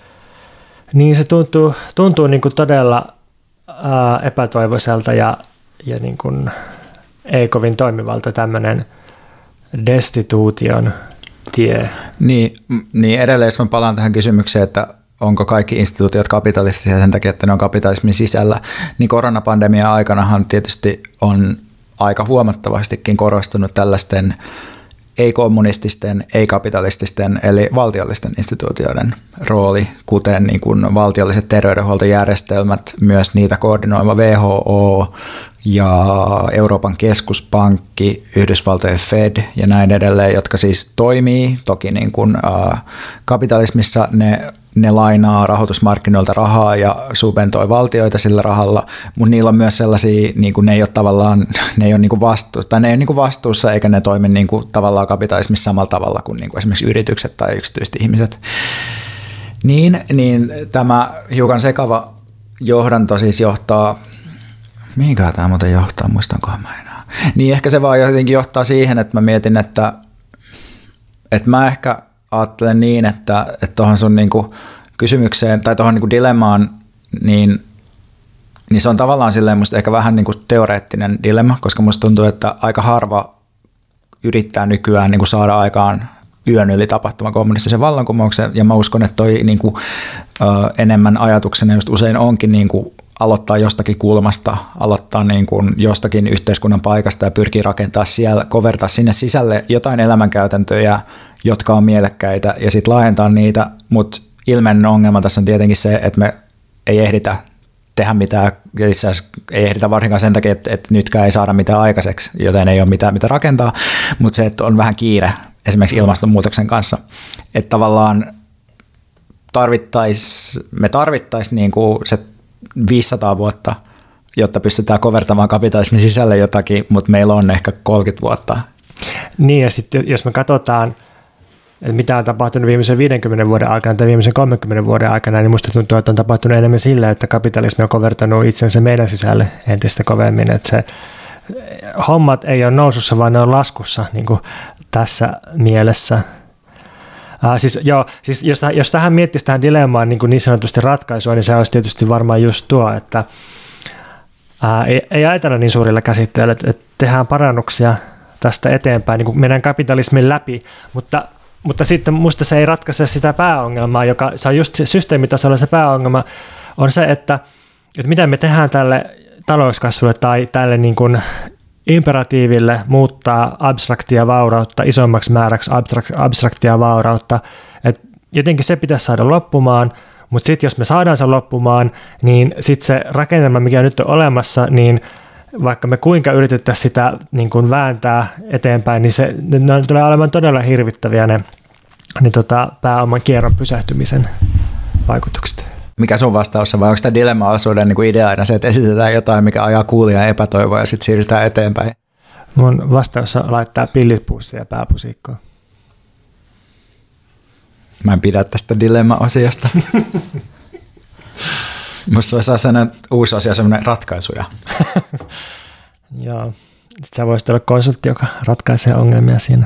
se tuntuu niin kuin todella epätoivoiselta ja niin kuin ei kovin toimivalta tämmöinen destituution tie. Niin edelleen, jos mä palaan tähän kysymykseen, että onko kaikki instituutiot kapitalistisia sen takia, että ne on kapitalismin sisällä, niin koronapandemian aikanahan tietysti on aika huomattavastikin korostunut tällaisten ei-kommunististen, ei-kapitalististen eli valtiollisten instituutioiden rooli, kuten niin kuin valtiolliset terveydenhuoltojärjestelmät, myös niitä koordinoiva WHO ja Euroopan keskuspankki, Yhdysvaltojen Fed ja näin edelleen, jotka siis toimii. Toki niin kuin, kapitalismissa ne lainaa rahoitusmarkkinoilta rahaa ja subventoi valtioita sillä rahalla, mutta niillä on myös sellaisia, niin kuin ne ei ole tavallaan, ne ei ole niin kuin vastuussa, tai ne ei ole niin kuin vastuussa eikä ne toimi niin kuin tavallaan kapitalismissa samalla tavalla kuin, esimerkiksi yritykset tai yksityiset ihmiset. Niin tämä hiukan sekava johdanto siis johtaa, mihinköhän tämä muuten johtaa, muistankohan mä enää. Niin ehkä se vaan jotenkin johtaa siihen, että mä mietin, että mä ehkä ajattelen niin, että tuohon sun niinku kysymykseen tai tuohon niinku dilemmaan, niin se on tavallaan silleen musta ehkä vähän niinku teoreettinen dilemma, koska musta tuntuu, että aika harva yrittää nykyään niinku saada aikaan yön yli tapahtuman kommunistisen vallankumouksen, ja mä uskon, että toi niinku, enemmän ajatuksena just usein onkin niinku aloittaa jostakin kulmasta, aloittaa niin kuin jostakin yhteiskunnan paikasta ja pyrkii rakentamaan siellä, kovertaa sinne sisälle jotain elämänkäytäntöjä, jotka on mielekkäitä ja sitten laajentaa niitä, mutta ilmeinen ongelma tässä on tietenkin se, että me ei ehditä tehdä mitään, itse asiassa ei ehditä varsinkaan sen takia, että nytkään ei saada mitään aikaiseksi, joten ei ole mitään mitä rakentaa, mutta se, että on vähän kiire esimerkiksi ilmastonmuutoksen kanssa, että tavallaan me tarvittaisiin niin kuin se 500 vuotta, jotta pystytään kovertamaan kapitalismin sisälle jotakin, mutta meillä on ehkä 30 vuotta. Niin, ja sitten jos me katsotaan, että mitä on tapahtunut viimeisen 50 vuoden aikana tai viimeisen 30 vuoden aikana, niin musta tuntuu, että on tapahtunut enemmän sillä, että kapitalismi on kovertanut itsensä meidän sisälle entistä kovemmin, että se hommat ei ole nousussa, vaan ne on laskussa niin kuin tässä mielessä. Jos tähän miettisi tähän dilemmaan niin sanotusti ratkaisua, niin se olisi tietysti varmaan just tuo, että ei ajatella niin suurilla käsitteillä, että tehdään parannuksia tästä eteenpäin niin kuin meidän kapitalismin läpi, mutta sitten musta se ei ratkaise sitä pääongelmaa, joka se on just systeemitasolla se pääongelma, on se, että miten me tehdään tälle talouskasvulle tai tälle niin kuin imperatiiville muuttaa abstraktia vaurautta isommaksi määräksi abstraktia vaurautta. Et jotenkin se pitäisi saada loppumaan, mutta sitten jos me saadaan se loppumaan, niin sitten se rakennelma, mikä nyt on olemassa, niin vaikka me kuinka yritettäisiin sitä niin kuin vääntää eteenpäin, niin ne tulee olemaan todella hirvittäviä ne pääoman kierron pysähtymisen vaikutukset. Mikä sun vastaus on, vai onko tämä dilemma-osuuden niin idea aina se, että esitetään jotain, mikä ajaa kuulijaa epätoivoa ja sitten siirrytään eteenpäin? Mun vastaus on laittaa pillit pussiin ja pääpusikkoon. Mä en pidä tästä dilemma-asiasta. Musta voisi sanoa uusi asia, semmoinen ratkaisuja. Joo, sitten sä voisit olla konsultti, joka ratkaisee ongelmia siinä.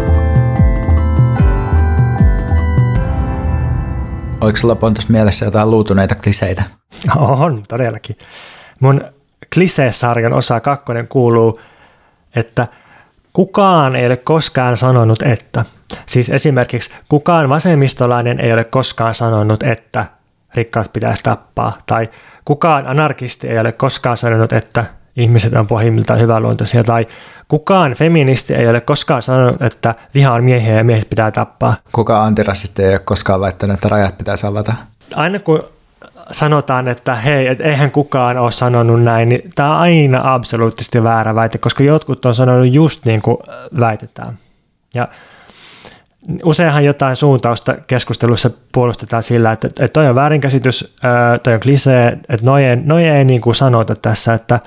Oliko sulla Pontus mielessä jotain luutuneita kliseitä? On, todellakin. Mun klisee-sarjan osa 2 kuuluu, että kukaan ei ole koskaan sanonut, että. Siis esimerkiksi kukaan vasemmistolainen ei ole koskaan sanonut, että rikkaat pitäisi tappaa. Tai kukaan anarkisti ei ole koskaan sanonut, että ihmiset on pohjimmiltaan hyväluontoisia. Tai kukaan feministi ei ole koskaan sanonut, että viha on miehiä ja miehet pitää tappaa. Kukaan antirasisti ei ole koskaan väittänyt, että rajat pitäisi avata. Aina kun sanotaan, että hei, et eihän kukaan ole sanonut näin, niin tämä on aina absoluuttisesti väärä väite, koska jotkut on sanonut just niin kuin väitetään. Ja useinhan jotain suuntausta keskustelussa puolustetaan sillä, että toi on väärinkäsitys, toi on klisee, että noin ei niin kuin sanota tässä, että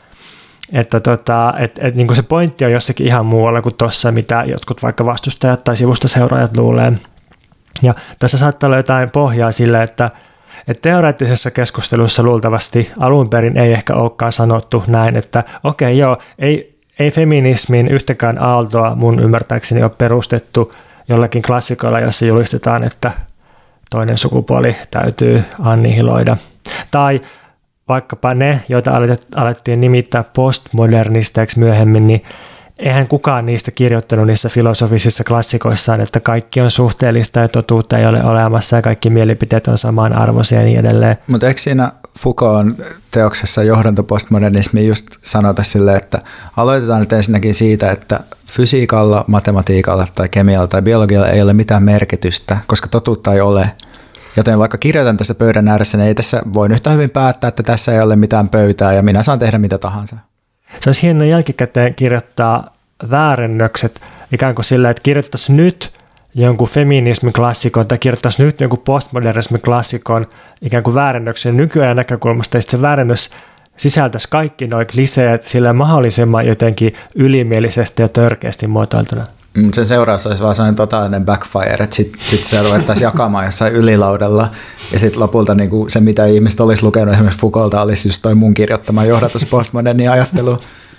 niin kuin se pointti on jossakin ihan muualla kuin tuossa, mitä jotkut vaikka vastustajat tai sivustaseuraajat luulee. Ja tässä saattaa olla jotain pohjaa sille, että teoreettisessa keskustelussa luultavasti alun perin ei ehkä olekaan sanottu näin, että okei, joo, ei feminismin yhtäkään aaltoa mun ymmärtääkseni ole perustettu jollakin klassikoilla, jossa julistetaan, että toinen sukupuoli täytyy annihiloida. Tai vaikkapa ne, joita alettiin nimittää postmodernisteiksi myöhemmin, niin eihän kukaan niistä kirjoittanut niissä filosofisissa klassikoissaan, että kaikki on suhteellista ja totuutta ei ole olemassa ja kaikki mielipiteet on samanarvoisia ja niin edelleen. Mutta eikö siinä Foucaultin teoksessa johdantopostmodernismi just sanota silleen, että aloitetaan nyt ensinnäkin siitä, että fysiikalla, matematiikalla tai kemialla tai biologialla ei ole mitään merkitystä, koska totuutta ei ole. Joten vaikka kirjoitan tässä pöydän ääressä, niin ei tässä voi yhtä hyvin päättää, että tässä ei ole mitään pöytää ja minä saan tehdä mitä tahansa. Se olisi hienoa jälkikäteen kirjoittaa väärennökset ikään kuin sillä, että kirjoittaisi nyt jonkun feminismiklassikon tai kirjoittaisi nyt jonkun postmodernismiklassikon ikään kuin väärennöksen nykyajan näkökulmasta, ja sitten se väärennös sisältäisi kaikki nuo kliseet sillä mahdollisimman jotenkin ylimielisesti ja törkeästi muotoiltuna. Sen seuraus olisi vaan sellainen totaalinen backfire, että sitten se ruvettaisiin jakamaan jossain ylilaudalla, ja sitten lopulta niin kuin se, mitä ihmiset olisi lukenut esimerkiksi Foucaulta, olisi just toi mun kirjoittama johdatus postmodernia ajatteluun.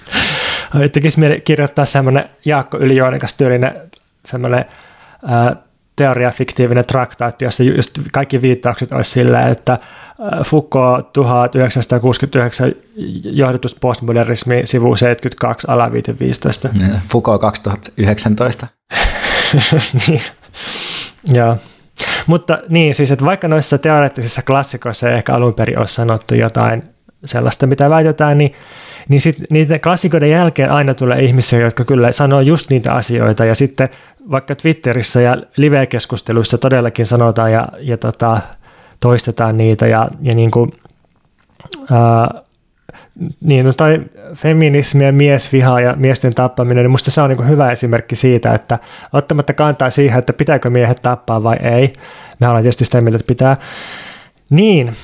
Tekisi mieli kirjoittaa semmoinen Jaakko Ylijoonikas tyylinen semmoinen teoriafiktiivinen traktaatti, jossa just kaikki viittaukset olisi sillä, että Foucault 1969 johdatus postmodernismi sivu 72 alaviite 15. Foucault 2019. Niin. Joo. Mutta niin, siis että vaikka noissa teoreettisissa klassikoissa ei ehkä alun perin ole sanottu jotain sellaista, mitä väitetään, niin sitten niiden klassikoiden jälkeen aina tulee ihmisiä, jotka kyllä sanoo just niitä asioita, ja sitten vaikka Twitterissä ja live-keskusteluissa todellakin sanotaan ja toistetaan niitä, ja niin kuin, niin, no toi feminismi ja miesviha ja miesten tappaminen, niin musta se on niin kuin hyvä esimerkki siitä, että ottamatta kantaa siihen, että pitääkö miehet tappaa vai ei, me ollaan tietysti sitä mieltä, että pitää, niin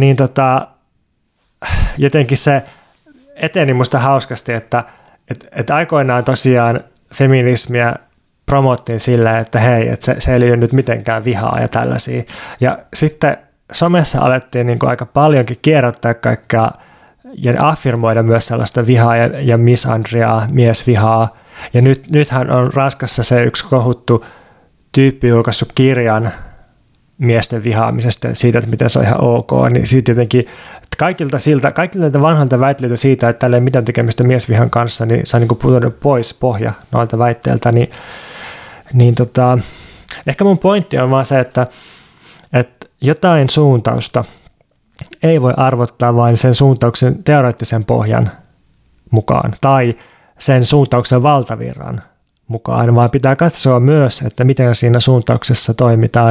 jotenkin se eteni musta hauskasti, että aikoinaan tosiaan feminismiä promottiin sillä, että hei, että se ei ole nyt mitenkään vihaa ja tällaisia. Ja sitten somessa alettiin niin kuin aika paljonkin kierrättää kaikkea ja affirmoida myös sellaista vihaa ja misandriaa, miesvihaa. Ja nythän on Ranskassa se yksi kohuttu tyyppi julkaissut kirjan miesten vihaamisesta, siitä, että miten se on ihan ok, niin siitä jotenkin, että kaikilta vanhalta väitteiltä siitä, että tällä ei mitään tekemistä miesvihan kanssa, niin se on niin kuin pudonnut pois pohja noilta väitteiltä, niin ehkä mun pointti on vaan se, että jotain suuntausta ei voi arvottaa vain sen suuntauksen teoreettisen pohjan mukaan tai sen suuntauksen valtavirran mukaan, vaan pitää katsoa myös, että miten siinä suuntauksessa toimitaan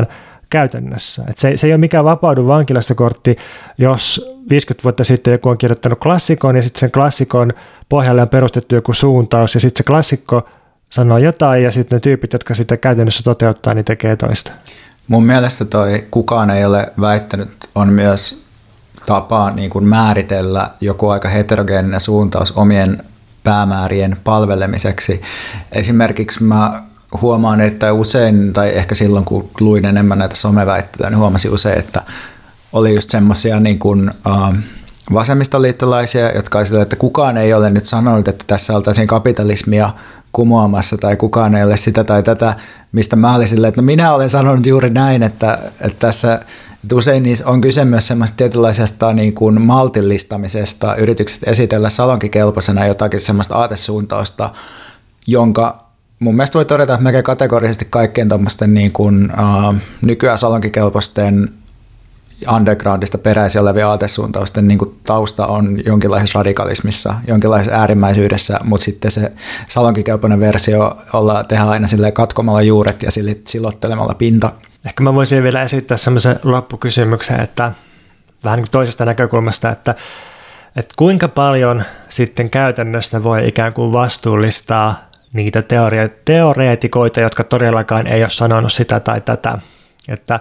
käytännössä. Et se ei ole mikään vapaudu vankilasta kortti, jos 50 vuotta sitten joku on kirjoittanut klassikon ja sitten sen klassikon pohjalle on perustettu joku suuntaus ja sitten se klassikko sanoo jotain ja sitten ne tyypit, jotka sitä käytännössä toteuttaa, niin tekee toista. Mun mielestä kukaan ei ole väittänyt on myös tapa niin kuin määritellä joku aika heterogeeninen suuntaus omien päämäärien palvelemiseksi. Esimerkiksi mä huomaan, että usein, tai ehkä silloin kun luin enemmän näitä someväitteitä, niin huomasin usein, että oli just semmoisia niin kuin vasemmistoliittolaisia, jotka olisivat, että kukaan ei ole nyt sanonut, että tässä oltaisiin kapitalismia kumoamassa tai kukaan ei ole sitä tai tätä, mistä mä olin silleen, että no minä olen sanonut juuri näin, että tässä että usein niissä on kyse myös semmoista tietynlaisesta niin kuin maltillistamisesta, yritykset esitellä salonkikelpoisena jotakin semmoista aatesuuntausta, jonka mun mielestä voi todeta, että melkein kategorisesti kaikkien tuommoisten niin kuin, nykyään salonkikelpoisten undergroundista peräisin olevia aatesuuntausten niin kuin tausta on jonkinlaisessa radikalismissa, jonkinlaisessa äärimmäisyydessä, mutta sitten se salonkikelpoinen versio tehdään aina silleen katkomalla juuret ja silottelemalla pinta. Ehkä mä voisin vielä esittää semmoisen loppukysymyksen, että vähän niin kuin toisesta näkökulmasta, että kuinka paljon sitten käytännössä voi ikään kuin vastuullistaa niitä teoreetikoita, jotka todellakaan ei ole sanonut sitä tai tätä, että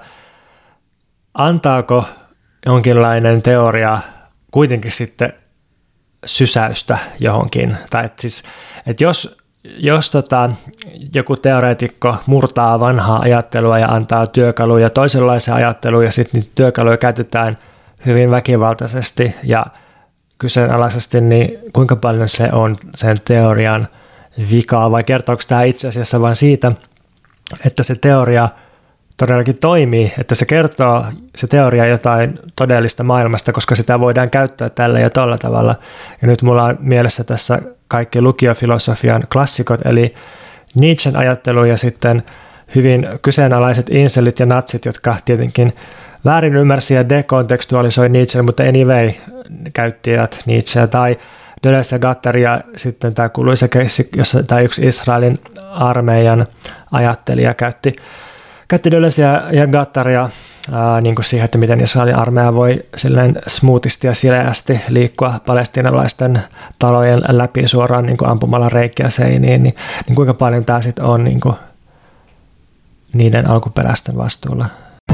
antaako jonkinlainen teoria kuitenkin sitten sysäystä johonkin, tai että jos joku teoreetikko murtaa vanhaa ajattelua ja antaa työkaluja toisenlaisen ajatteluun ja sitten niitä työkaluja käytetään hyvin väkivaltaisesti ja kyseenalaisesti, niin kuinka paljon se on sen teorian vikaa vai kertooko tämä itse asiassa vain siitä, että se teoria todellakin toimii, että se kertoo se teoria jotain todellista maailmasta, koska sitä voidaan käyttää tällä ja tolla tavalla. Ja nyt mulla on mielessä tässä kaikki lukiofilosofian klassikot, eli Nietzschen ajattelu ja sitten hyvin kyseenalaiset inselit ja natsit, jotka tietenkin väärin ymmärsi ja dekontekstualisoi Nietzschen, mutta anyway käyttivät Nietzscheä tai Deleuze ja Guattari ja sitten tämä kuuluisa keissi, jossa tämä yksi Israelin armeijan ajattelija käytti Deleuze ja Guattaria niin kuin siihen, että miten Israelin armeija voi silleen smoothisti ja sileästi liikkua palestiinalaisten talojen läpi suoraan niin kuin ampumalla reikiä seiniin, niin kuinka paljon tämä sitten on niin kuin niiden alkuperäisten vastuulla.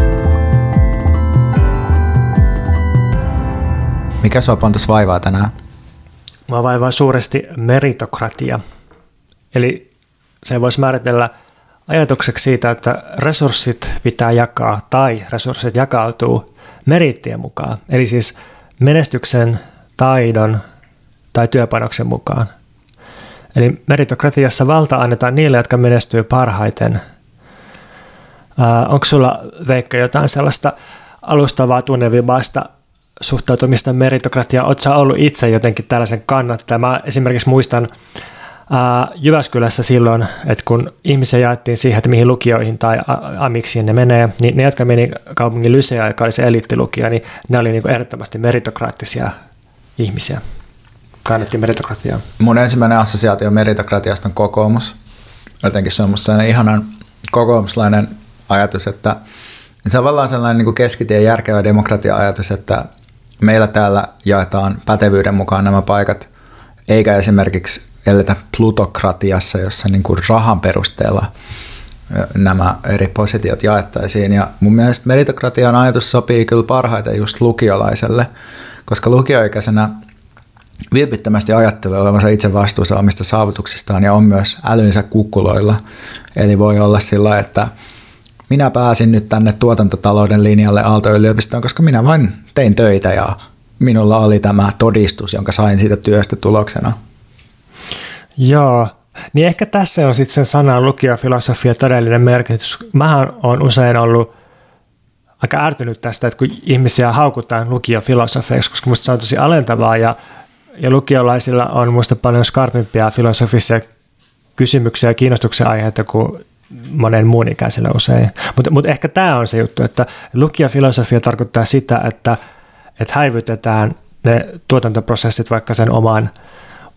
Mikä sua Pontus vaivaa tänään? Mua vaivaa suuresti meritokratia. Eli se voisi määritellä ajatukseksi siitä, että resurssit pitää jakaa tai resurssit jakautuu merittien mukaan. Eli siis menestyksen, taidon tai työpanoksen mukaan. Eli meritokratiassa valta annetaan niille, jotka menestyy parhaiten. Onko sulla, Veikka, jotain sellaista alustavaa tunnevivaista suhtautumista meritokratiaan? Oletko sä ollut itse jotenkin tällaisen kannattaja? Mä esimerkiksi muistan Jyväskylässä silloin, että kun ihmisiä jaettiin siihen, että mihin lukioihin tai amiksiin ne menee, niin ne, jotka meni kaupungin Lyseaan, joka oli se eliittilukio, niin ne oli niin kuin ehdottomasti meritokraattisia ihmisiä. Kannattiin meritokratiaa. Mun ensimmäinen assosiaatio meritokratiasta on kokoomus. Jotenkin se on musta sellainen ihanan kokoomuslainen ajatus, että se on tavallaan sellainen niin kuin keskitien järkevä demokratia-ajatus, että meillä täällä jaetaan pätevyyden mukaan nämä paikat, eikä esimerkiksi eletä plutokratiassa, jossa niin kuin rahan perusteella nämä eri positiot jaettaisiin. Ja mun mielestä meritokratian ajatus sopii kyllä parhaiten just lukiolaiselle, koska lukioikäisenä vilpittömästi ajattelee olevansa itse vastuussa omista saavutuksistaan ja on myös älynsä kukkuloilla. Eli voi olla sillä, että minä pääsin nyt tänne tuotantotalouden linjalle Aalto-yliopistoon, koska minä vain tein töitä ja minulla oli tämä todistus, jonka sain siitä työstä tuloksena. Joo, niin ehkä tässä on sitten sen sanan lukiofilosofia todellinen merkitys. Mähän olen usein ollut aika ärtynyt tästä, että kun ihmisiä haukutaan lukiofilosofeiksi, koska musta se on tosi alentavaa ja lukiolaisilla on musta paljon skarpimpia filosofisia kysymyksiä ja kiinnostuksen aiheita kuin monen muun ikäisellä usein. Mutta ehkä tämä on se juttu, että lukiofilosofia tarkoittaa sitä, että häivytetään ne tuotantoprosessit vaikka sen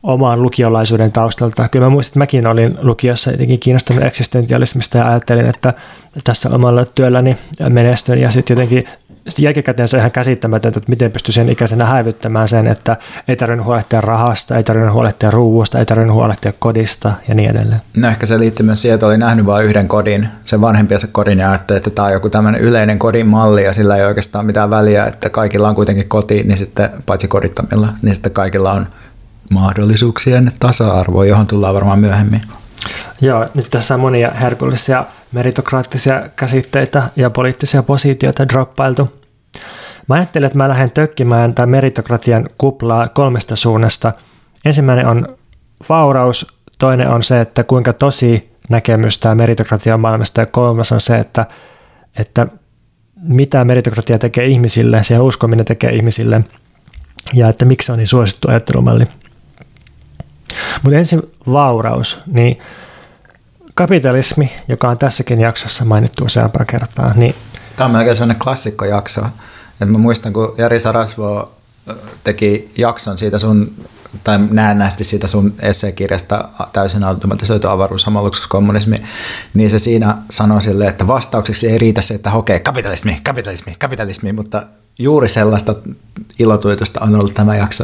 oman lukiolaisuuden taustalta. Kyllä mä muistin, että mäkin olin lukiossa jotenkin kiinnostunut eksistentialismista ja ajattelin, että tässä omalla työlläni menestyn ja sitten jotenkin jälkikäteen se on ihan käsittämätöntä, että miten pystyi sen ikäisenä häivyttämään sen, että ei tarvinnut huolehtia rahasta, ei tarvinnut huolehtia ruuasta, ei tarvinnut huolehtia kodista ja niin edelleen. No ehkä se liittyy myös siihen, että oli nähnyt vain yhden kodin, sen vanhempiensa kodin ja ajatteli, että tämä on joku tämmöinen yleinen kodin malli ja sillä ei oikeastaan mitään väliä, että kaikilla on kuitenkin koti, niin sitten paitsi kodittomilla, niin sitten kaikilla on mahdollisuuksien tasa-arvo, johon tullaan varmaan myöhemmin. Joo, nyt tässä on monia herkullisia meritokraattisia käsitteitä ja poliittisia positioita droppailtu. Mä ajattelin, että mä lähden tökkimään tämän meritokratian kuplaa 3 suunnasta. Ensimmäinen on vauraus, toinen on se, että kuinka tosi näkemys tämä meritokratia on maailmasta, ja 3 on se, että mitä meritokratia tekee ihmisille, siihen uskominen tekee ihmisille, ja että miksi se on niin suosittu ajattelumalli. Mutta ensin vauraus, niin kapitalismi, joka on tässäkin jaksossa mainittu useampaa kertaa. Niin tämä on melkein sellainen klassikkojakso. Et mä muistan, kun Jari Sarasvuo teki jakson siitä tai näennäisesti siitä sun esseekirjasta täysin automatisoitu avaruushamalluksus kommunismi, niin se siinä sanoi silleen, että vastaukseksi ei riitä se, että hokee kapitalismi, mutta juuri sellaista ilotuitusta on ollut tämä jakso.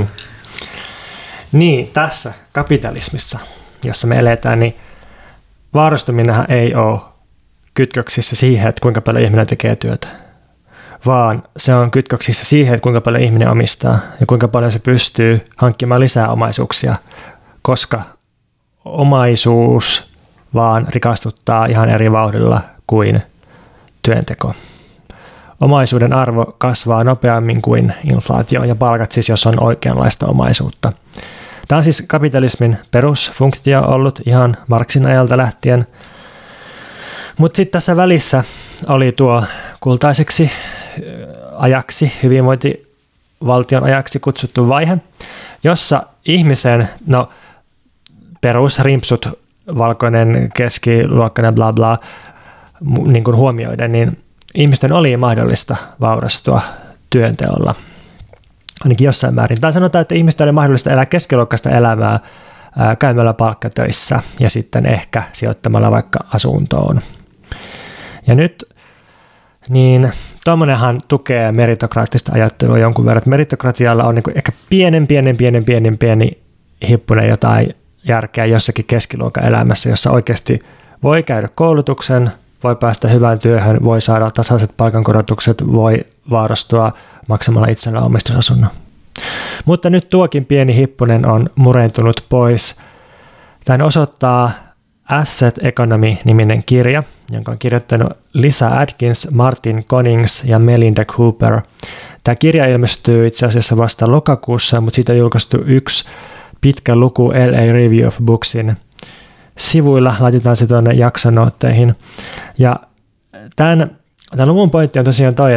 Niin, tässä kapitalismissa, jossa me eletään, niin vaurastuminenhan ei ole kytköksissä siihen, että kuinka paljon ihminen tekee työtä, vaan se on kytköksissä siihen, että kuinka paljon ihminen omistaa ja kuinka paljon se pystyy hankkimaan lisää omaisuuksia, koska omaisuus vaan rikastuttaa ihan eri vauhdilla kuin työnteko. Omaisuuden arvo kasvaa nopeammin kuin inflaatio ja palkat siis, jos on oikeanlaista omaisuutta. Tämä on siis kapitalismin perusfunktio ollut ihan Marxin ajalta lähtien. Mutta sitten tässä välissä oli tuo kultaiseksi ajaksi, hyvinvointivaltion ajaksi kutsuttu vaihe, jossa ihmisen, perusrimpsut, valkoinen, keskiluokkainen, bla bla, niin kuin huomioiden, niin ihmisten oli mahdollista vaurastua työnteolla, ainakin jossain määrin. Tai sanotaan, että ihmisten oli mahdollista elää keskiluokkaista elämää käymällä palkkatöissä ja sitten ehkä sijoittamalla vaikka asuntoon. Ja nyt niin tuommoinenhan tukee meritokraattista ajattelua jonkun verran. Meritokratialla on niin kuin ehkä pieni hippunen jotain järkeä jossakin keskiluokan elämässä, jossa oikeasti voi käydä koulutuksen, voi päästä hyvään työhön, voi saada tasaiset palkankorotukset, voi vaurastua maksamalla itsellä omistusasunnon. Mutta nyt tuokin pieni hippunen on murentunut pois. Tämän osoittaa Asset Economy-niminen kirja, jonka on kirjoittanut Lisa Atkins, Martin Konings ja Melinda Cooper. Tämä kirja ilmestyy itse asiassa vasta lokakuussa, mutta siitä on julkaistu yksi pitkä luku LA Review of Booksin sivuilla. Laitetaan se tuonne jaksonootteihin. Ja tämän luvun pointti on tosiaan toi,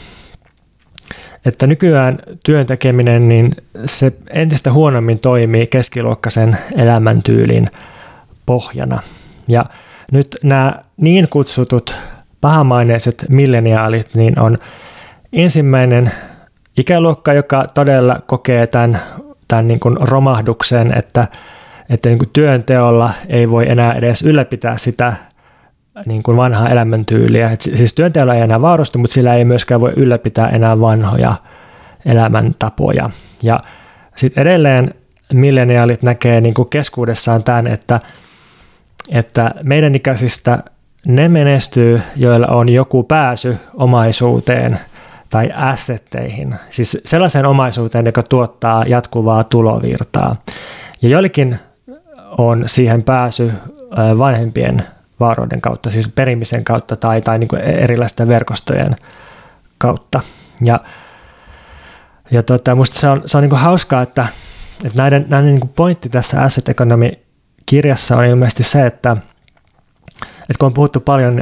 että nykyään työn tekeminen, niin se entistä huonommin toimii keskiluokkaisen elämäntyylin pohjana. Ja nyt nämä niin kutsutut pahamaineiset milleniaalit niin on ensimmäinen ikäluokka, joka todella kokee tämän niin kuin romahduksen, että niin kuin työnteolla ei voi enää edes ylläpitää sitä niin kuin vanhaa elämäntyyliä. Siis työnteolla ei enää vaurastu, mutta sillä ei myöskään voi ylläpitää enää vanhoja elämäntapoja. Ja sitten edelleen milleniaalit näkee niin kuin keskuudessaan tämän, että meidän ikäisistä ne menestyy, joilla on joku pääsy omaisuuteen tai assetteihin, siis sellaiseen omaisuuteen, joka tuottaa jatkuvaa tulovirtaa. Ja joillekin on siihen pääsy vanhempien vaaroiden kautta, siis perimisen kautta tai niin kuin erilaisten verkostojen kautta. Ja musta se on niin kuin hauskaa, että näiden niin kuin pointti tässä Asset Economy-kirjassa on ilmeisesti se, että kun on puhuttu paljon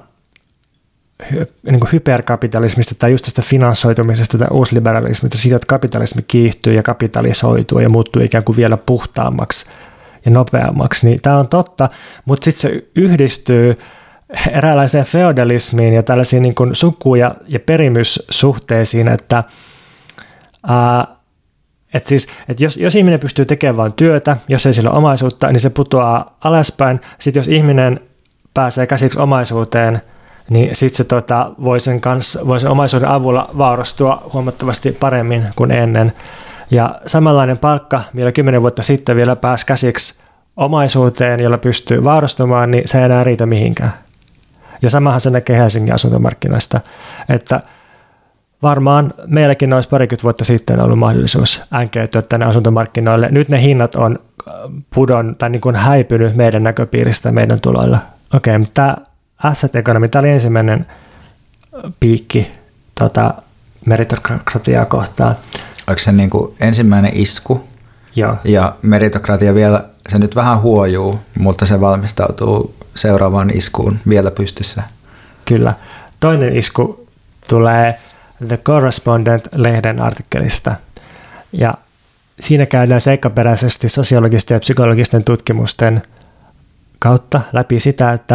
niin kuin hyperkapitalismista tai just tästä finansoitumisesta tai uusliberalismista, siitä, että kapitalismi kiihtyy ja kapitalisoituu ja muuttuu ikään kuin vielä puhtaammaksi ja nopeammaksi, niin tämä on totta, mutta sitten se yhdistyy eräänlaiseen feodalismiin ja tällaisiin niin kuin suku- ja perimyssuhteisiin, että että jos ihminen pystyy tekemään vain työtä, jos ei sillä ole omaisuutta, niin se putoaa alaspäin. Sitten jos ihminen pääsee käsiksi omaisuuteen, niin sitten se voi sen omaisuuden avulla vaurastua huomattavasti paremmin kuin ennen. Ja samanlainen palkka, millä 10 vuotta sitten vielä pääsi käsiksi omaisuuteen, jolla pystyy vaurastumaan, niin se ei enää riitä mihinkään. Ja samahan se näkee Helsingin asuntomarkkinoista, että varmaan meilläkin olisi 20 vuotta sitten ollut mahdollisuus änkeytyä tänne asuntomarkkinoille. Nyt ne hinnat on niin kuin häipynyt meidän näköpiiristä meidän tuloilla. Okei, mutta tämä asset economy, tämä oli ensimmäinen piikki meritokratiaa kohtaan. Onko se niin kuin ensimmäinen isku? Joo. Ja meritokratia vielä, se nyt vähän huojuu, mutta se valmistautuu seuraavaan iskuun vielä pystyssä. Kyllä. Toinen isku tulee The Correspondent-lehden artikkelista. Ja siinä käydään seikkaperäisesti sosiologisten ja psykologisten tutkimusten kautta läpi sitä, että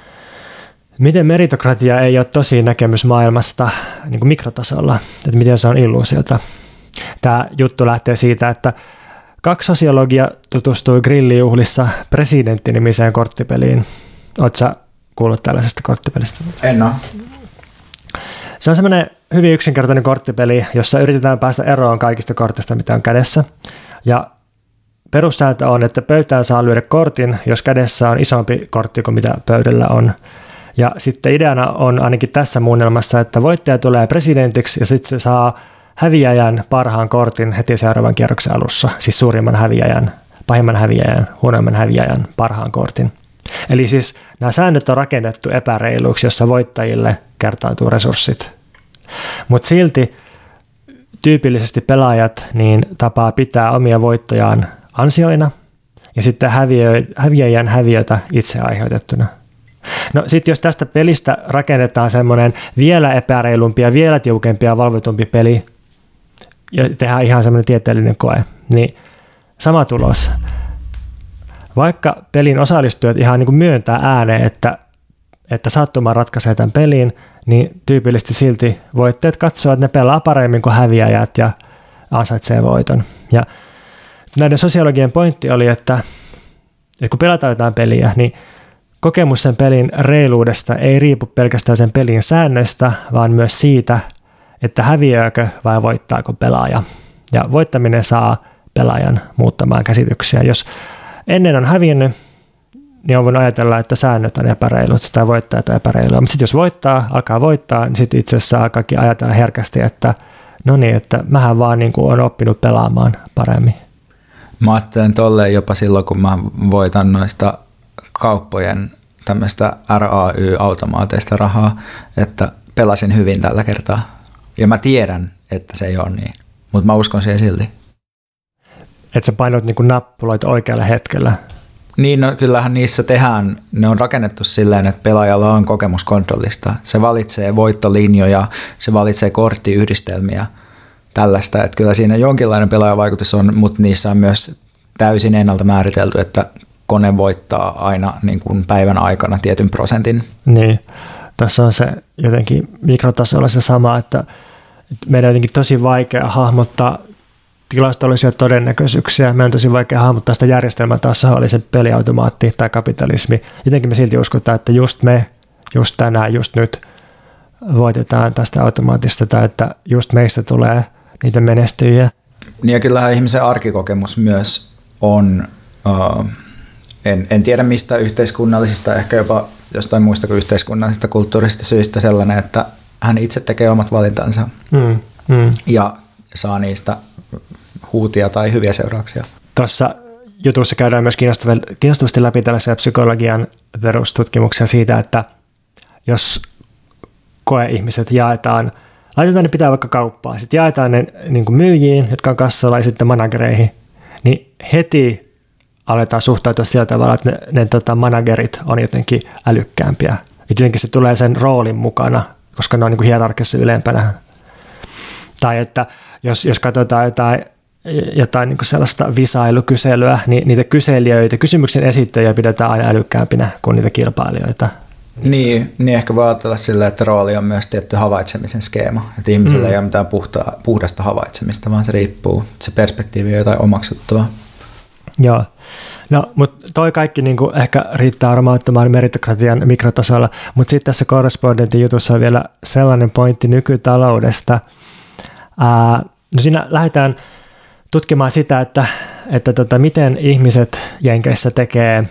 miten meritokratia ei ole tosi näkemys maailmasta niin kuin mikrotasolla, että miten se on illuusiota. Tämä juttu lähtee siitä, että 2 sosiologia tutustui grillijuhlissa presidentti-nimiseen korttipeliin. Oletko sä kuullut tällaisesta korttipelistä? En ole. Se on semmoinen hyvin yksinkertainen korttipeli, jossa yritetään päästä eroon kaikista kortista, mitä on kädessä. Ja perussääntö on, että pöytään saa lyödä kortin, jos kädessä on isompi kortti kuin mitä pöydällä on. Ja sitten ideana on ainakin tässä muunnelmassa, että voittaja tulee presidentiksi ja sitten se saa häviäjän parhaan kortin heti seuraavan kierroksen alussa. Siis suurimman häviäjän, pahimman häviäjän, huonoimman häviäjän parhaan kortin. Eli siis nämä säännöt on rakennettu epäreiluiksi, jossa voittajille kertaantuu resurssit. Mutta silti tyypillisesti pelaajat niin tapaa pitää omia voittojaan ansioina ja sitten häviäjän häviötä itse aiheutettuna. No sitten jos tästä pelistä rakennetaan semmoinen vielä epäreilumpi ja vielä tiukempi ja valvotumpi peli ja tehdään ihan semmoinen tieteellinen koe, niin sama tulos. Vaikka pelin osallistujat ihan niin kuin myöntää ääneen, että sattuma ratkaisee tämän pelin, niin tyypillisesti silti voittajat katsoo, että ne pelaa paremmin kuin häviäjät ja ansaitsee voiton. Ja näiden sosiologien pointti oli, että kun pelataan jotain peliä, niin kokemus sen pelin reiluudesta ei riipu pelkästään sen pelin säännöistä, vaan myös siitä, että häviääkö vai voittaako pelaaja. Ja voittaminen saa pelaajan muuttamaan käsityksiä. Jos ennen on hävinnyt, niin on voinut ajatella, että säännöt on epäreilut tai voittajat on epäreilua. Mutta sitten jos alkaa voittaa, niin sitten itse asiassa alkaakin ajatella herkästi, että no niin, että mähän vaan niin kuin on oppinut pelaamaan paremmin. Mä ajattelen tolleen jopa silloin, kun mä voitan noista kauppojen tämmöistä RAY-automaateista rahaa, että pelasin hyvin tällä kertaa. Ja mä tiedän, että se ei ole niin, mutta mä uskon siihen silti. Että sä painoit niin kuin nappuloita oikealla hetkellä. Niin, no kyllähän niissä tehdään, ne on rakennettu silleen, että pelaajalla on kokemus kontrollista. Se valitsee voittolinjoja, se valitsee korttiyhdistelmiä, tällaista. Että kyllä siinä jonkinlainen pelaajavaikutus on, mutta niissä on myös täysin ennalta määritelty, että kone voittaa aina niin kuin päivän aikana tietyn prosentin. Niin, tässä on se jotenkin mikrotasolla se sama, että meidän on jotenkin tosi vaikea hahmottaa tilastollisia todennäköisyyksiä. Meidän on tosi vaikea hahmottaa sitä järjestelmätasoa, oli se peliautomaatti tai kapitalismi. Jotenkin me silti uskotaan, että just me, just tänään, just nyt voitetaan tästä automaatista tai että just meistä tulee niitä menestyjiä. Niin ja kyllähän ihmisen arkikokemus myös on, en tiedä mistä yhteiskunnallisista, ehkä jopa jostain muista kuin yhteiskunnallisista kulttuurisista syistä sellainen, että hän itse tekee omat valintansa ja saa niistä huutia tai hyviä seurauksia. Tuossa jutussa käydään myös kiinnostavasti läpi tällaisia psykologian perustutkimuksia siitä, että jos koeihmiset jaetaan, laitetaan ne pitää vaikka kauppaa, sitten jaetaan ne niin kuin myyjiin, jotka on kassalla ja sitten managereihin, niin heti aletaan suhtautua sillä tavalla, että ne managerit on jotenkin älykkäämpiä. Ja jotenkin se tulee sen roolin mukana, koska ne on niin kuin hierarkiassa ylempänä. Tai että jos katsotaan jotain niin kuin sellaista visailukyselyä, niin niitä kyselijöitä, kysymyksen esittäjiä pidetään aina älykkäämpinä kuin niitä kilpailijoita. Niin ehkä voi ajatella sillä, että rooli on myös tietty havaitsemisen skeema. Että ihmisellä ei ole mitään puhdasta havaitsemista, vaan se riippuu, se perspektiivi on jotain omaksuttua. Joo. No, mutta toi kaikki niin kuin ehkä riittää armauttamaan meritokratian mikrotasolla, mutta sitten tässä korrespondentin jutussa on vielä sellainen pointti nykytaloudesta. No siinä lähdetään tutkimaan sitä, että miten ihmiset Jenkeissä tekee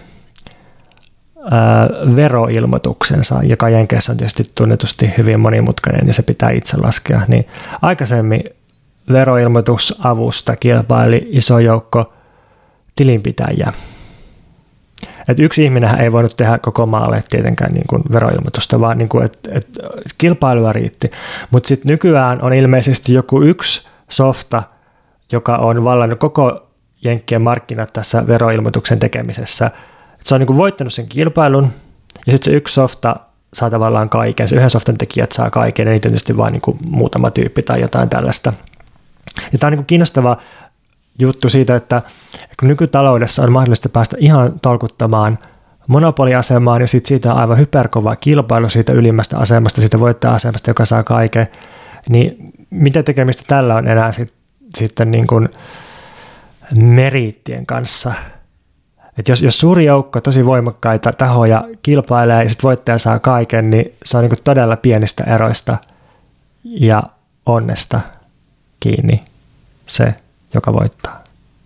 veroilmoituksensa, joka Jenkeissä on tietysti tunnetusti hyvin monimutkainen ja se pitää itse laskea. Niin aikaisemmin veroilmoitusavusta kilpaili iso joukko tilinpitäjiä. Et yksi ihminen ei voinut tehdä koko maalle tietenkään niin kuin veroilmoitusta, vaan niin kuin, että kilpailua riitti. Mutta sitten nykyään on ilmeisesti joku yksi softa, joka on vallannut koko Jenkkien markkinat tässä veroilmoituksen tekemisessä. Et se on niin kuin voittanut sen kilpailun, ja sitten se yksi softa saa tavallaan kaiken. Se yhden softan tekijät saa kaiken, ja niitä on tietysti vain niin kuin muutama tyyppi tai jotain tällaista. Ja tämä on niin kuin kiinnostava juttu siitä, että kun nykytaloudessa on mahdollista päästä ihan tolkuttamaan monopoliasemaan, ja sitten siitä on aivan hyperkova kilpailu siitä ylimmästä asemasta, siitä voittaja-asemasta, joka saa kaiken, niin mitä tekemistä tällä on enää sitten niin kuin meriittien kanssa? Että jos suuri joukko tosi voimakkaita tahoja kilpailee ja sitten voittaja saa kaiken, niin se on niin kuin todella pienistä eroista ja onnesta kiinni se, joka voittaa.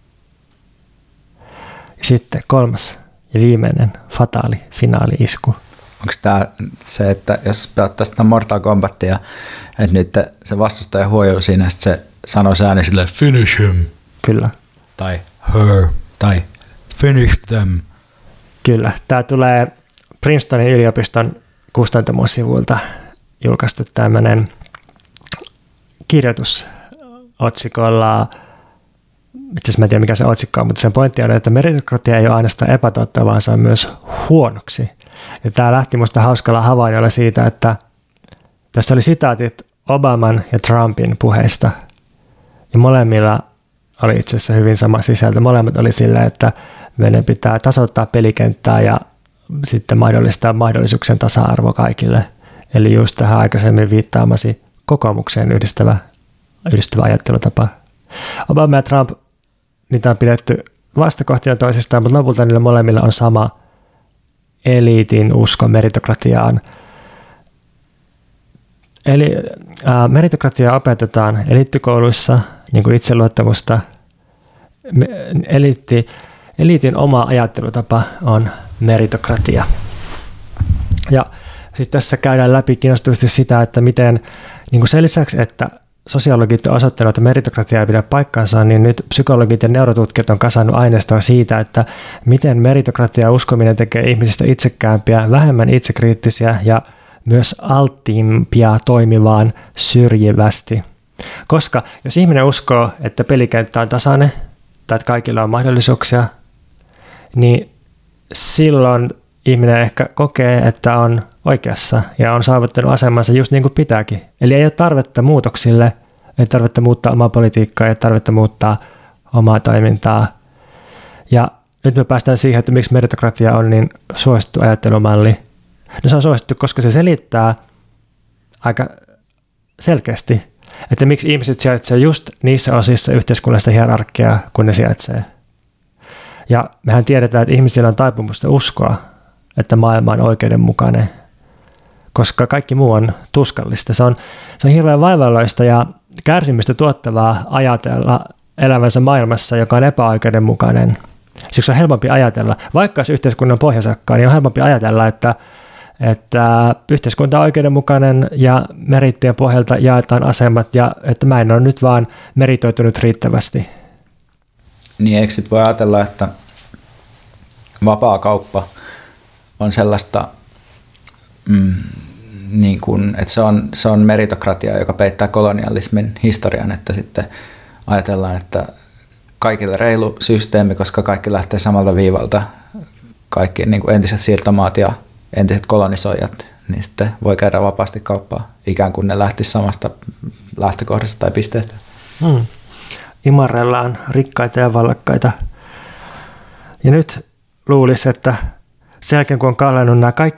Sitten kolmas ja viimeinen fataali finaali-isku. Onko tämä se, että jos pelattaisiin sitä Mortal Kombatia, että nyt se vastustaja huojuu siinä, sitten se sanoo se ääni silleen finish him. Kyllä. Tai her. Tai finish them. Kyllä. Tämä tulee Princetonin yliopiston kustantamussivuilta julkaistu tämmöinen kirjoitus otsikolla, itse asiassa mä en tiedä mikä se otsikko on, mutta sen pointti on, että meritokratia ei ole ainoastaan epätotta, vaan se on myös huonoksi. Ja tämä lähti musta hauskalla havainnolla siitä, että tässä oli sitaatit Obaman ja Trumpin puheista, ja molemmilla oli itse asiassa hyvin sama sisältö. Molemmat oli sillä, että meidän pitää tasoittaa pelikenttää ja sitten mahdollistaa mahdollisuuksien tasa-arvo kaikille. Eli just tähän aikaisemmin viittaamasi kokoomukseen yhdistävä ajattelutapa. Obama ja Trump, niitä on pidetty vastakohtina toisistaan, mutta lopulta niillä molemmilla on sama eliitin usko meritokratiaan. Eli meritokratiaa opetetaan eliittikouluissa, niin kuin itseluottamusta. Eliitin oma ajattelutapa on meritokratia. Ja sitten tässä käydään läpi kiinnostavasti sitä, että miten niin kuin sen lisäksi, että sosiologit on osoittanut, että meritokratia ei pidä paikkaansa, niin nyt psykologit ja neurotutkijat on kasannut aineistoa siitä, että miten meritokratia uskominen tekee ihmisistä itsekäämpiä, vähemmän itsekriittisiä ja myös alttiimpia toimivaan syrjivästi. Koska jos ihminen uskoo, että pelikenttä on tasainen tai että kaikilla on mahdollisuuksia, niin silloin ihminen ehkä kokee, että on oikeassa ja on saavuttanut asemansa just niin kuin pitääkin. Eli ei ole tarvetta muutoksille, ei tarvetta muuttaa omaa politiikkaa, ei ole tarvetta muuttaa omaa toimintaa. Ja nyt me päästään siihen, että miksi meritokratia on niin suosittu ajattelumalli. No se on suosittu, koska se selittää aika selkeästi, että miksi ihmiset sijaitsevat just niissä osissa yhteiskunnallista hierarkiaa, kun ne sijaitsee. Ja mehän tiedetään, että ihmisillä on taipumusta uskoa, että maailma on oikeudenmukainen, koska kaikki muu on tuskallista. Se on hirveän vaivalloista ja kärsimystä tuottavaa ajatella elävänsä maailmassa, joka on epäoikeudenmukainen. Siksi on helpompi ajatella, vaikka jos yhteiskunnan pohjasakkaa, niin on helpompi ajatella, että yhteiskunta on oikeudenmukainen ja merittien pohjalta jaetaan asemat ja että mä en ole nyt vaan meritoitunut riittävästi. Niin eikö sit voi ajatella, että vapaa kauppa on sellaista, niin kuin, että se on meritokratia, joka peittää kolonialismin historian, että sitten ajatellaan, että kaikille reilu systeemi, koska kaikki lähtee samalta viivalta, kaikki niin kuin entiset siirtomaat ja entiset kolonisoijat, niin sitten voi käydä vapaasti kauppaa, ikään kuin ne lähtisivät samasta lähtökohdasta tai pisteestä. Imarrellaan rikkaita ja vallakkaita. Ja nyt luulisi, että sen jälkeen kun on kallannut nämä kaikki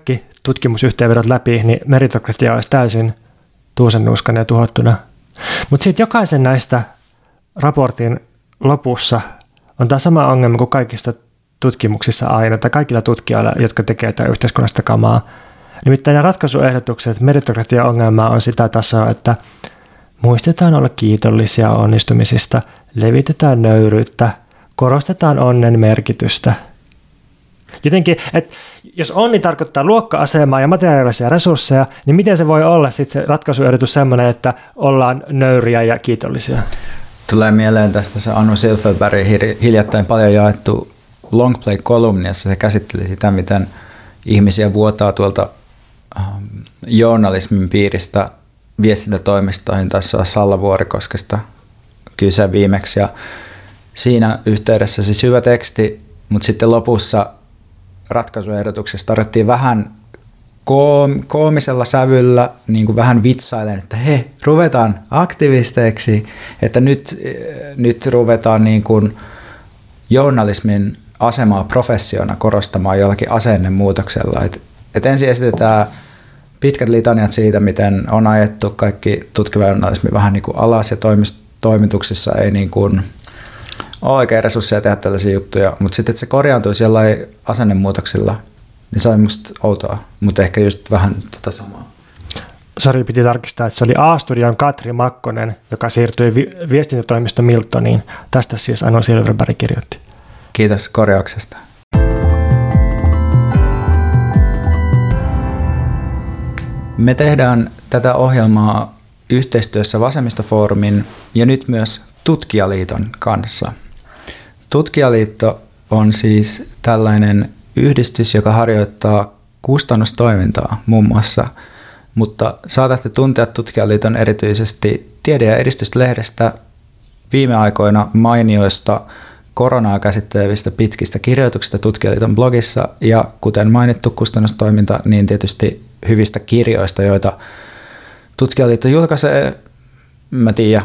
tutkimusyhteenvedot läpi, niin meritokratia olisi täysin tuusennuskana ja tuhottuna. Mutta sitten jokaisen näistä raportin lopussa on tämä sama ongelma kuin kaikista tutkimuksissa aina, tai kaikilla tutkijoilla, jotka tekevät jotain yhteiskunnasta kamaa. Nimittäin nämä ratkaisuehdotukset meritokratia-ongelmaa on sitä tasoa, että muistetaan olla kiitollisia onnistumisista, levitetään nöyryyttä, korostetaan onnen merkitystä. Jotenkin, että jos onni tarkoittaa luokka-asemaa ja materiaalisia resursseja, niin miten se voi olla sitten ratkaisuehdotus sellainen, että ollaan nöyriä ja kiitollisia? Tulee mieleen tästä se Anu Silverbergin hiljattain paljon jaettu Longplay-kolumni, jossa se käsitteli sitä, miten ihmisiä vuotaa tuolta journalismin piiristä viestintätoimistoihin, taisi olla Salla Vuorikoskesta kyse viimeksi, ja siinä yhteydessä siis hyvä teksti, mutta sitten lopussa ratkaisuehdotuksessa tarjottiin vähän koomisella sävyllä, niin kuin vähän vitsailen, että hei, ruvetaan aktivisteiksi, että nyt ruvetaan niin kuin journalismin asemaa professiona korostamaan jollakin asennemuutoksella. Et ensin esitetään pitkät litaniat siitä, miten on ajettu kaikki tutkiva journalismi vähän niin kuin alas ja toimituksissa ei niin kuin ole oikein resursseja tehdä tällaisia juttuja, mutta sitten, että se korjaantuisi jollain asennemuutoksilla, niin se oli musta outoa, mutta ehkä just vähän samaa. Sari piti tarkistaa, että se oli A-studion Katri Makkonen, joka siirtyi viestintätoimisto Miltoniin. Tästä siis Anu Silverberg kirjoitti. Kiitos korjauksesta. Me tehdään tätä ohjelmaa yhteistyössä Vasemmistofoorumin ja nyt myös Tutkijaliiton kanssa. Tutkijaliitto on siis tällainen yhdistys, joka harjoittaa kustannustoimintaa muun muassa, mutta saatatte tuntea Tutkijaliiton erityisesti Tiede- ja edistyslehdestä viime aikoina mainioista koronaa käsittelevistä pitkistä kirjoituksista Tutkijaliiton blogissa ja kuten mainittu kustannustoiminta, niin tietysti hyvistä kirjoista, joita Tutkijaliitto julkaisee, mä tiedän,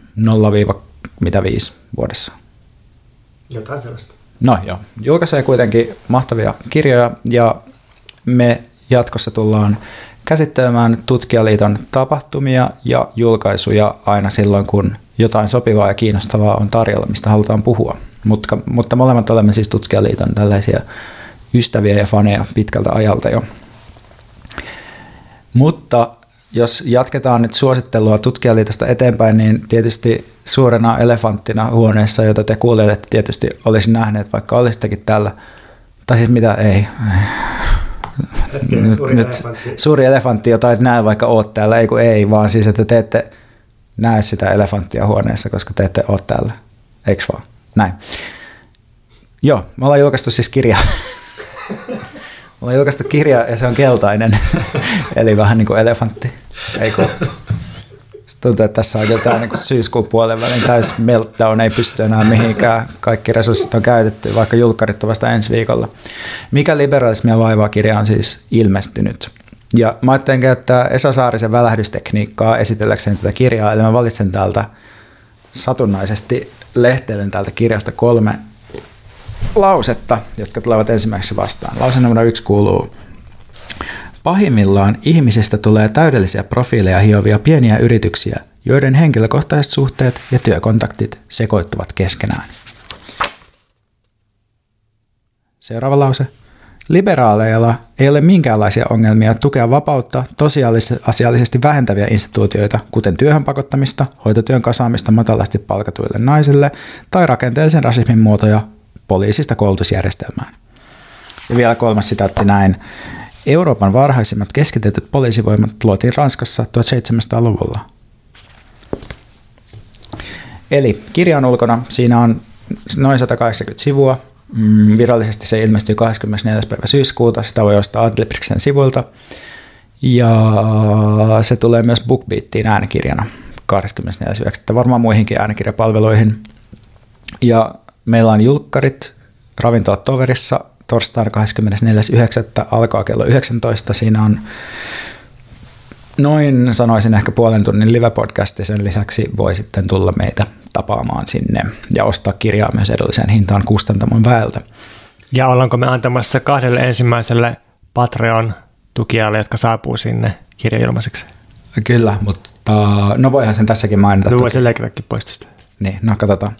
0-5 vuodessa. Jotain sellaista. No joo, julkaisee kuitenkin mahtavia kirjoja ja me jatkossa tullaan käsittelemään Tutkijaliiton tapahtumia ja julkaisuja aina silloin, kun jotain sopivaa ja kiinnostavaa on tarjolla, mistä halutaan puhua. Mutta molemmat olemme siis Tutkijaliiton tällaisia ystäviä ja faneja pitkältä ajalta jo. Mutta jos jatketaan nyt suosittelua Tutkijaliitosta eteenpäin, niin tietysti suurena elefanttina huoneessa, jota te kuulijat tietysti olisi nähneet, vaikka olisittekin täällä, tai siis mitä ei. Nyt suuri elefantti, jota et näe, vaikka oot täällä, ei, vaan siis, että te ette näe sitä elefanttia huoneessa, koska te ette ole täällä, eikö vaan? Näin. Joo, me ollaan julkaistu siis kirja. Me ollaan julkaistu kirja ja se on keltainen, eli vähän niin kuin elefantti. Sitten tuntuu, että tässä on jotain niin kuin syyskuun puolen välin täys meltdown, ei pysty enää mihinkään. Kaikki resurssit on käytetty, vaikka julkkarit on vasta ensi viikolla. Mikä liberalismia vaivaa -kirja on siis ilmestynyt. Ja mä ajattelin käyttää Esa Saarisen välähdystekniikkaa esitelläkseni tätä kirjaa, eli mä valitsen täältä satunnaisesti, lehtelen täältä kirjasta 3 lausetta, jotka tulevat ensimmäiseksi vastaan. Lause numero 1 kuuluu: pahimmillaan ihmisistä tulee täydellisiä profiileja hiovia pieniä yrityksiä, joiden henkilökohtaiset suhteet ja työkontaktit sekoittuvat keskenään. Seuraava lause. Liberaaleilla ei ole minkäänlaisia ongelmia tukea vapautta tosiasiallisesti vähentäviä instituutioita, kuten työhön pakottamista, hoitotyön kasaamista matalasti palkatuille naisille tai rakenteellisen rasismin muotoja poliisista koulutusjärjestelmään. Ja vielä 3. sitaatti näin. Euroopan varhaisimmat keskitetyt poliisivoimat luotiin Ranskassa 1700-luvulla. Eli kirja on ulkona. Siinä on noin 180 sivua. Virallisesti se ilmestyy 24. päivä syyskuuta. Sitä voi ostaa Adlibriksen sivuilta. Ja se tulee myös BookBeatiin äänikirjana 24.9. Varmaan muihinkin äänikirjapalveluihin. Ja meillä on julkkarit Ravintolat Toverissa torstaina 24.9. alkaa kello 19. Siinä on noin, sanoisin ehkä puolen tunnin live-podcasti. Sen lisäksi voi sitten tulla meitä tapaamaan sinne ja ostaa kirjaa myös edulliseen hintaan kustantamon väeltä. Ja ollaanko me antamassa 2 ensimmäiselle Patreon tukijalle, jotka saapuu sinne kirjan ilmaiseksi. Kyllä, mutta no voihan sen tässäkin mainita. No voisin leikatakin pois tästä. Niin, no katsotaan.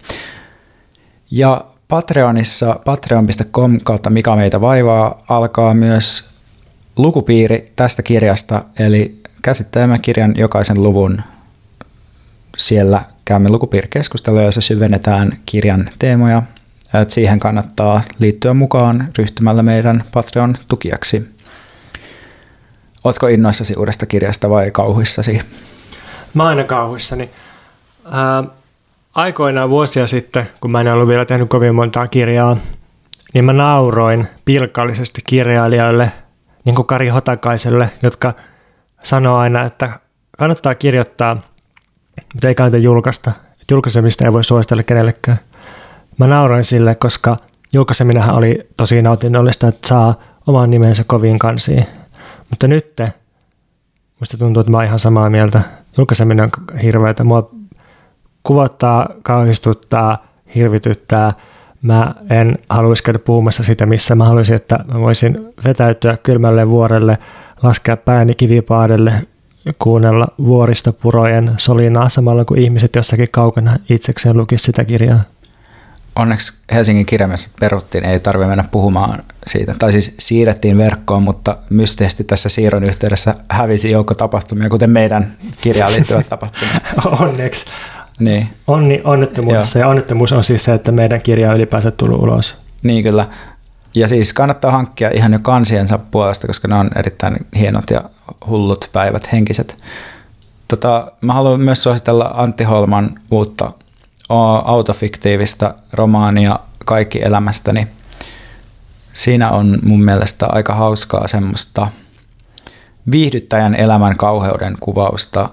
Ja Patreonissa patreon.com kautta Mikä meitä vaivaa alkaa myös lukupiiri tästä kirjasta, eli käsittelemme kirjan jokaisen luvun. Siellä käymme lukupiirikeskustelua, jossa syvennetään kirjan teemoja. Siihen kannattaa liittyä mukaan ryhtymällä meidän Patreon-tukijaksi. Ootko innoissasi uudesta kirjasta vai kauhuissasi? Mä aina kauhuissani. Aikoinaan vuosia sitten, kun mä en ollut vielä tehnyt kovin montaa kirjaa, niin mä nauroin pilkallisesti kirjailijoille, niin kuin Kari Hotakaiselle, jotka sanoo aina, että kannattaa kirjoittaa, mutta ei kannata julkaista. Julkaisemista ei voi suositella kenellekään. Mä nauroin sille, koska julkaiseminenhan oli tosi nautinnollista, että saa oman nimensä koviin kansiin. Mutta nyt musta tuntuu, että mä oon ihan samaa mieltä. Julkaiseminen on hirveätä. Mua kuvottaa, kauhistuttaa, hirvityttää. Mä en haluaisi käydä puhumassa sitä, missä mä haluaisin, että mä voisin vetäytyä kylmälle vuorelle, laskea pääni kivipaadelle, kuunnella vuoristopurojen solinaa samalla kuin ihmiset jossakin kaukana itsekseen lukisi sitä kirjaa. Onneksi Helsingin kirjamessat peruttiin, ei tarvitse mennä puhumaan siitä. Tai siis siirrettiin verkkoon, mutta mysteisesti tässä siirron yhteydessä hävisi joukko tapahtumia, kuten meidän kirjaan liittyvät tapahtumat. Onneksi. Niin. Onnettomuudessa. Ja onnettomuus on siis se, että meidän kirja on ylipäänsä tullut ulos. Niin kyllä. Ja siis kannattaa hankkia ihan jo kansiensa puolesta, koska ne on erittäin hienot ja hullut päivät, henkiset. Mä haluan myös suositella Antti Holman uutta autofiktiivistä romaania Kaikki elämästäni. Siinä on mun mielestä aika hauskaa semmoista viihdyttäjän elämän kauheuden kuvausta.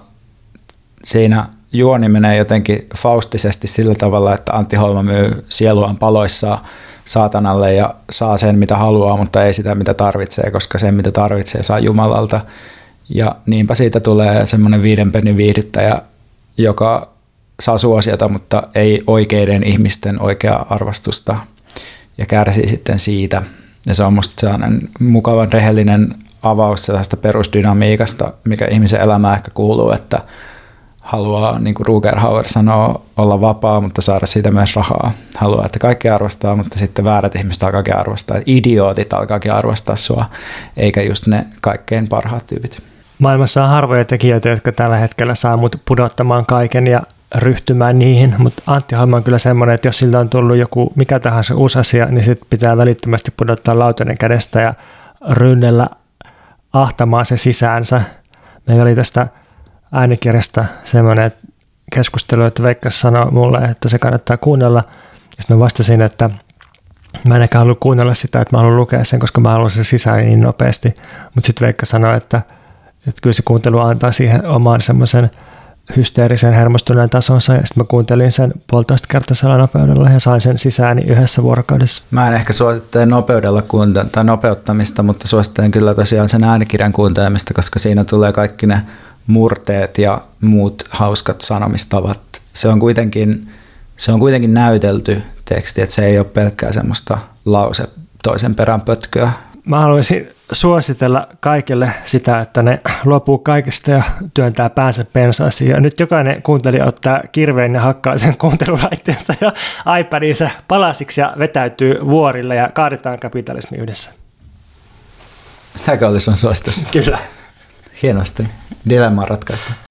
Siinä juoni menee jotenkin faustisesti sillä tavalla, että Antti Holma myy sieluaan paloissaan saatanalle ja saa sen mitä haluaa, mutta ei sitä mitä tarvitsee, koska sen mitä tarvitsee saa Jumalalta. Ja niinpä siitä tulee semmoinen 5 pennin viihdyttäjä, joka saa suosiota, mutta ei oikeiden ihmisten oikeaa arvostusta ja kärsii sitten siitä. Ja se on musta sellainen mukavan rehellinen avaus sellaista perusdynamiikasta, mikä ihmisen elämään ehkä kuuluu, että haluaa, niin kuin Ruger Hauer sanoo, olla vapaa, mutta saada siitä myös rahaa. Haluaa, että kaikki arvostaa, mutta sitten väärät ihmiset alkaakin arvostaa. Idiootit alkaakin arvostaa sua, eikä just ne kaikkein parhaat tyypit. Maailmassa on harvoja tekijöitä, jotka tällä hetkellä saa mut pudottamaan kaiken ja ryhtymään niihin, mutta Antti Holma on kyllä semmoinen, että jos siltä on tullut joku mikä tahansa uusi asia, niin sitten pitää välittömästi pudottaa lautanen kädestä ja rynnellä ahtamaan se sisäänsä. Meillä oli tästä äänikirjasta semmoinen keskustelu, että Veikka sanoi mulle, että se kannattaa kuunnella. Ja sitten mä vastasin, että mä en ehkä halua kuunnella sitä, että mä haluan lukea sen, koska mä haluan sen sisään niin nopeasti. Mutta sitten Veikka sanoi, että kyllä se kuuntelu antaa siihen oman semmoisen hysteerisen hermostuneen tasonsa, ja sitten mä kuuntelin sen 1,5-kertaisella nopeudella ja sain sen sisääni 1 vuorokaudessa. Mä en ehkä suosittele nopeudella tai nopeuttamista, mutta suosittelen kyllä tosiaan sen äänikirjan kuuntelemista, koska siinä tulee kaikki ne murteet ja muut hauskat sanomistavat. Se on kuitenkin näytelty teksti, että se ei ole pelkkää semmoista lause toisen perään pötköä. Mä haluaisin suositella kaikille sitä, että ne luopuu kaikesta ja työntää päänsä pensaasiin. Ja nyt jokainen kuuntelija ottaa kirveen ja hakkaa sen kuuntelulaitteensa ja iPadinsa palasiksi ja vetäytyy vuorille ja kaadetaan kapitalismi yhdessä. Tämäkö oli sun suositus? Kyllä. Hienosti. Dilemma on ratkaistu.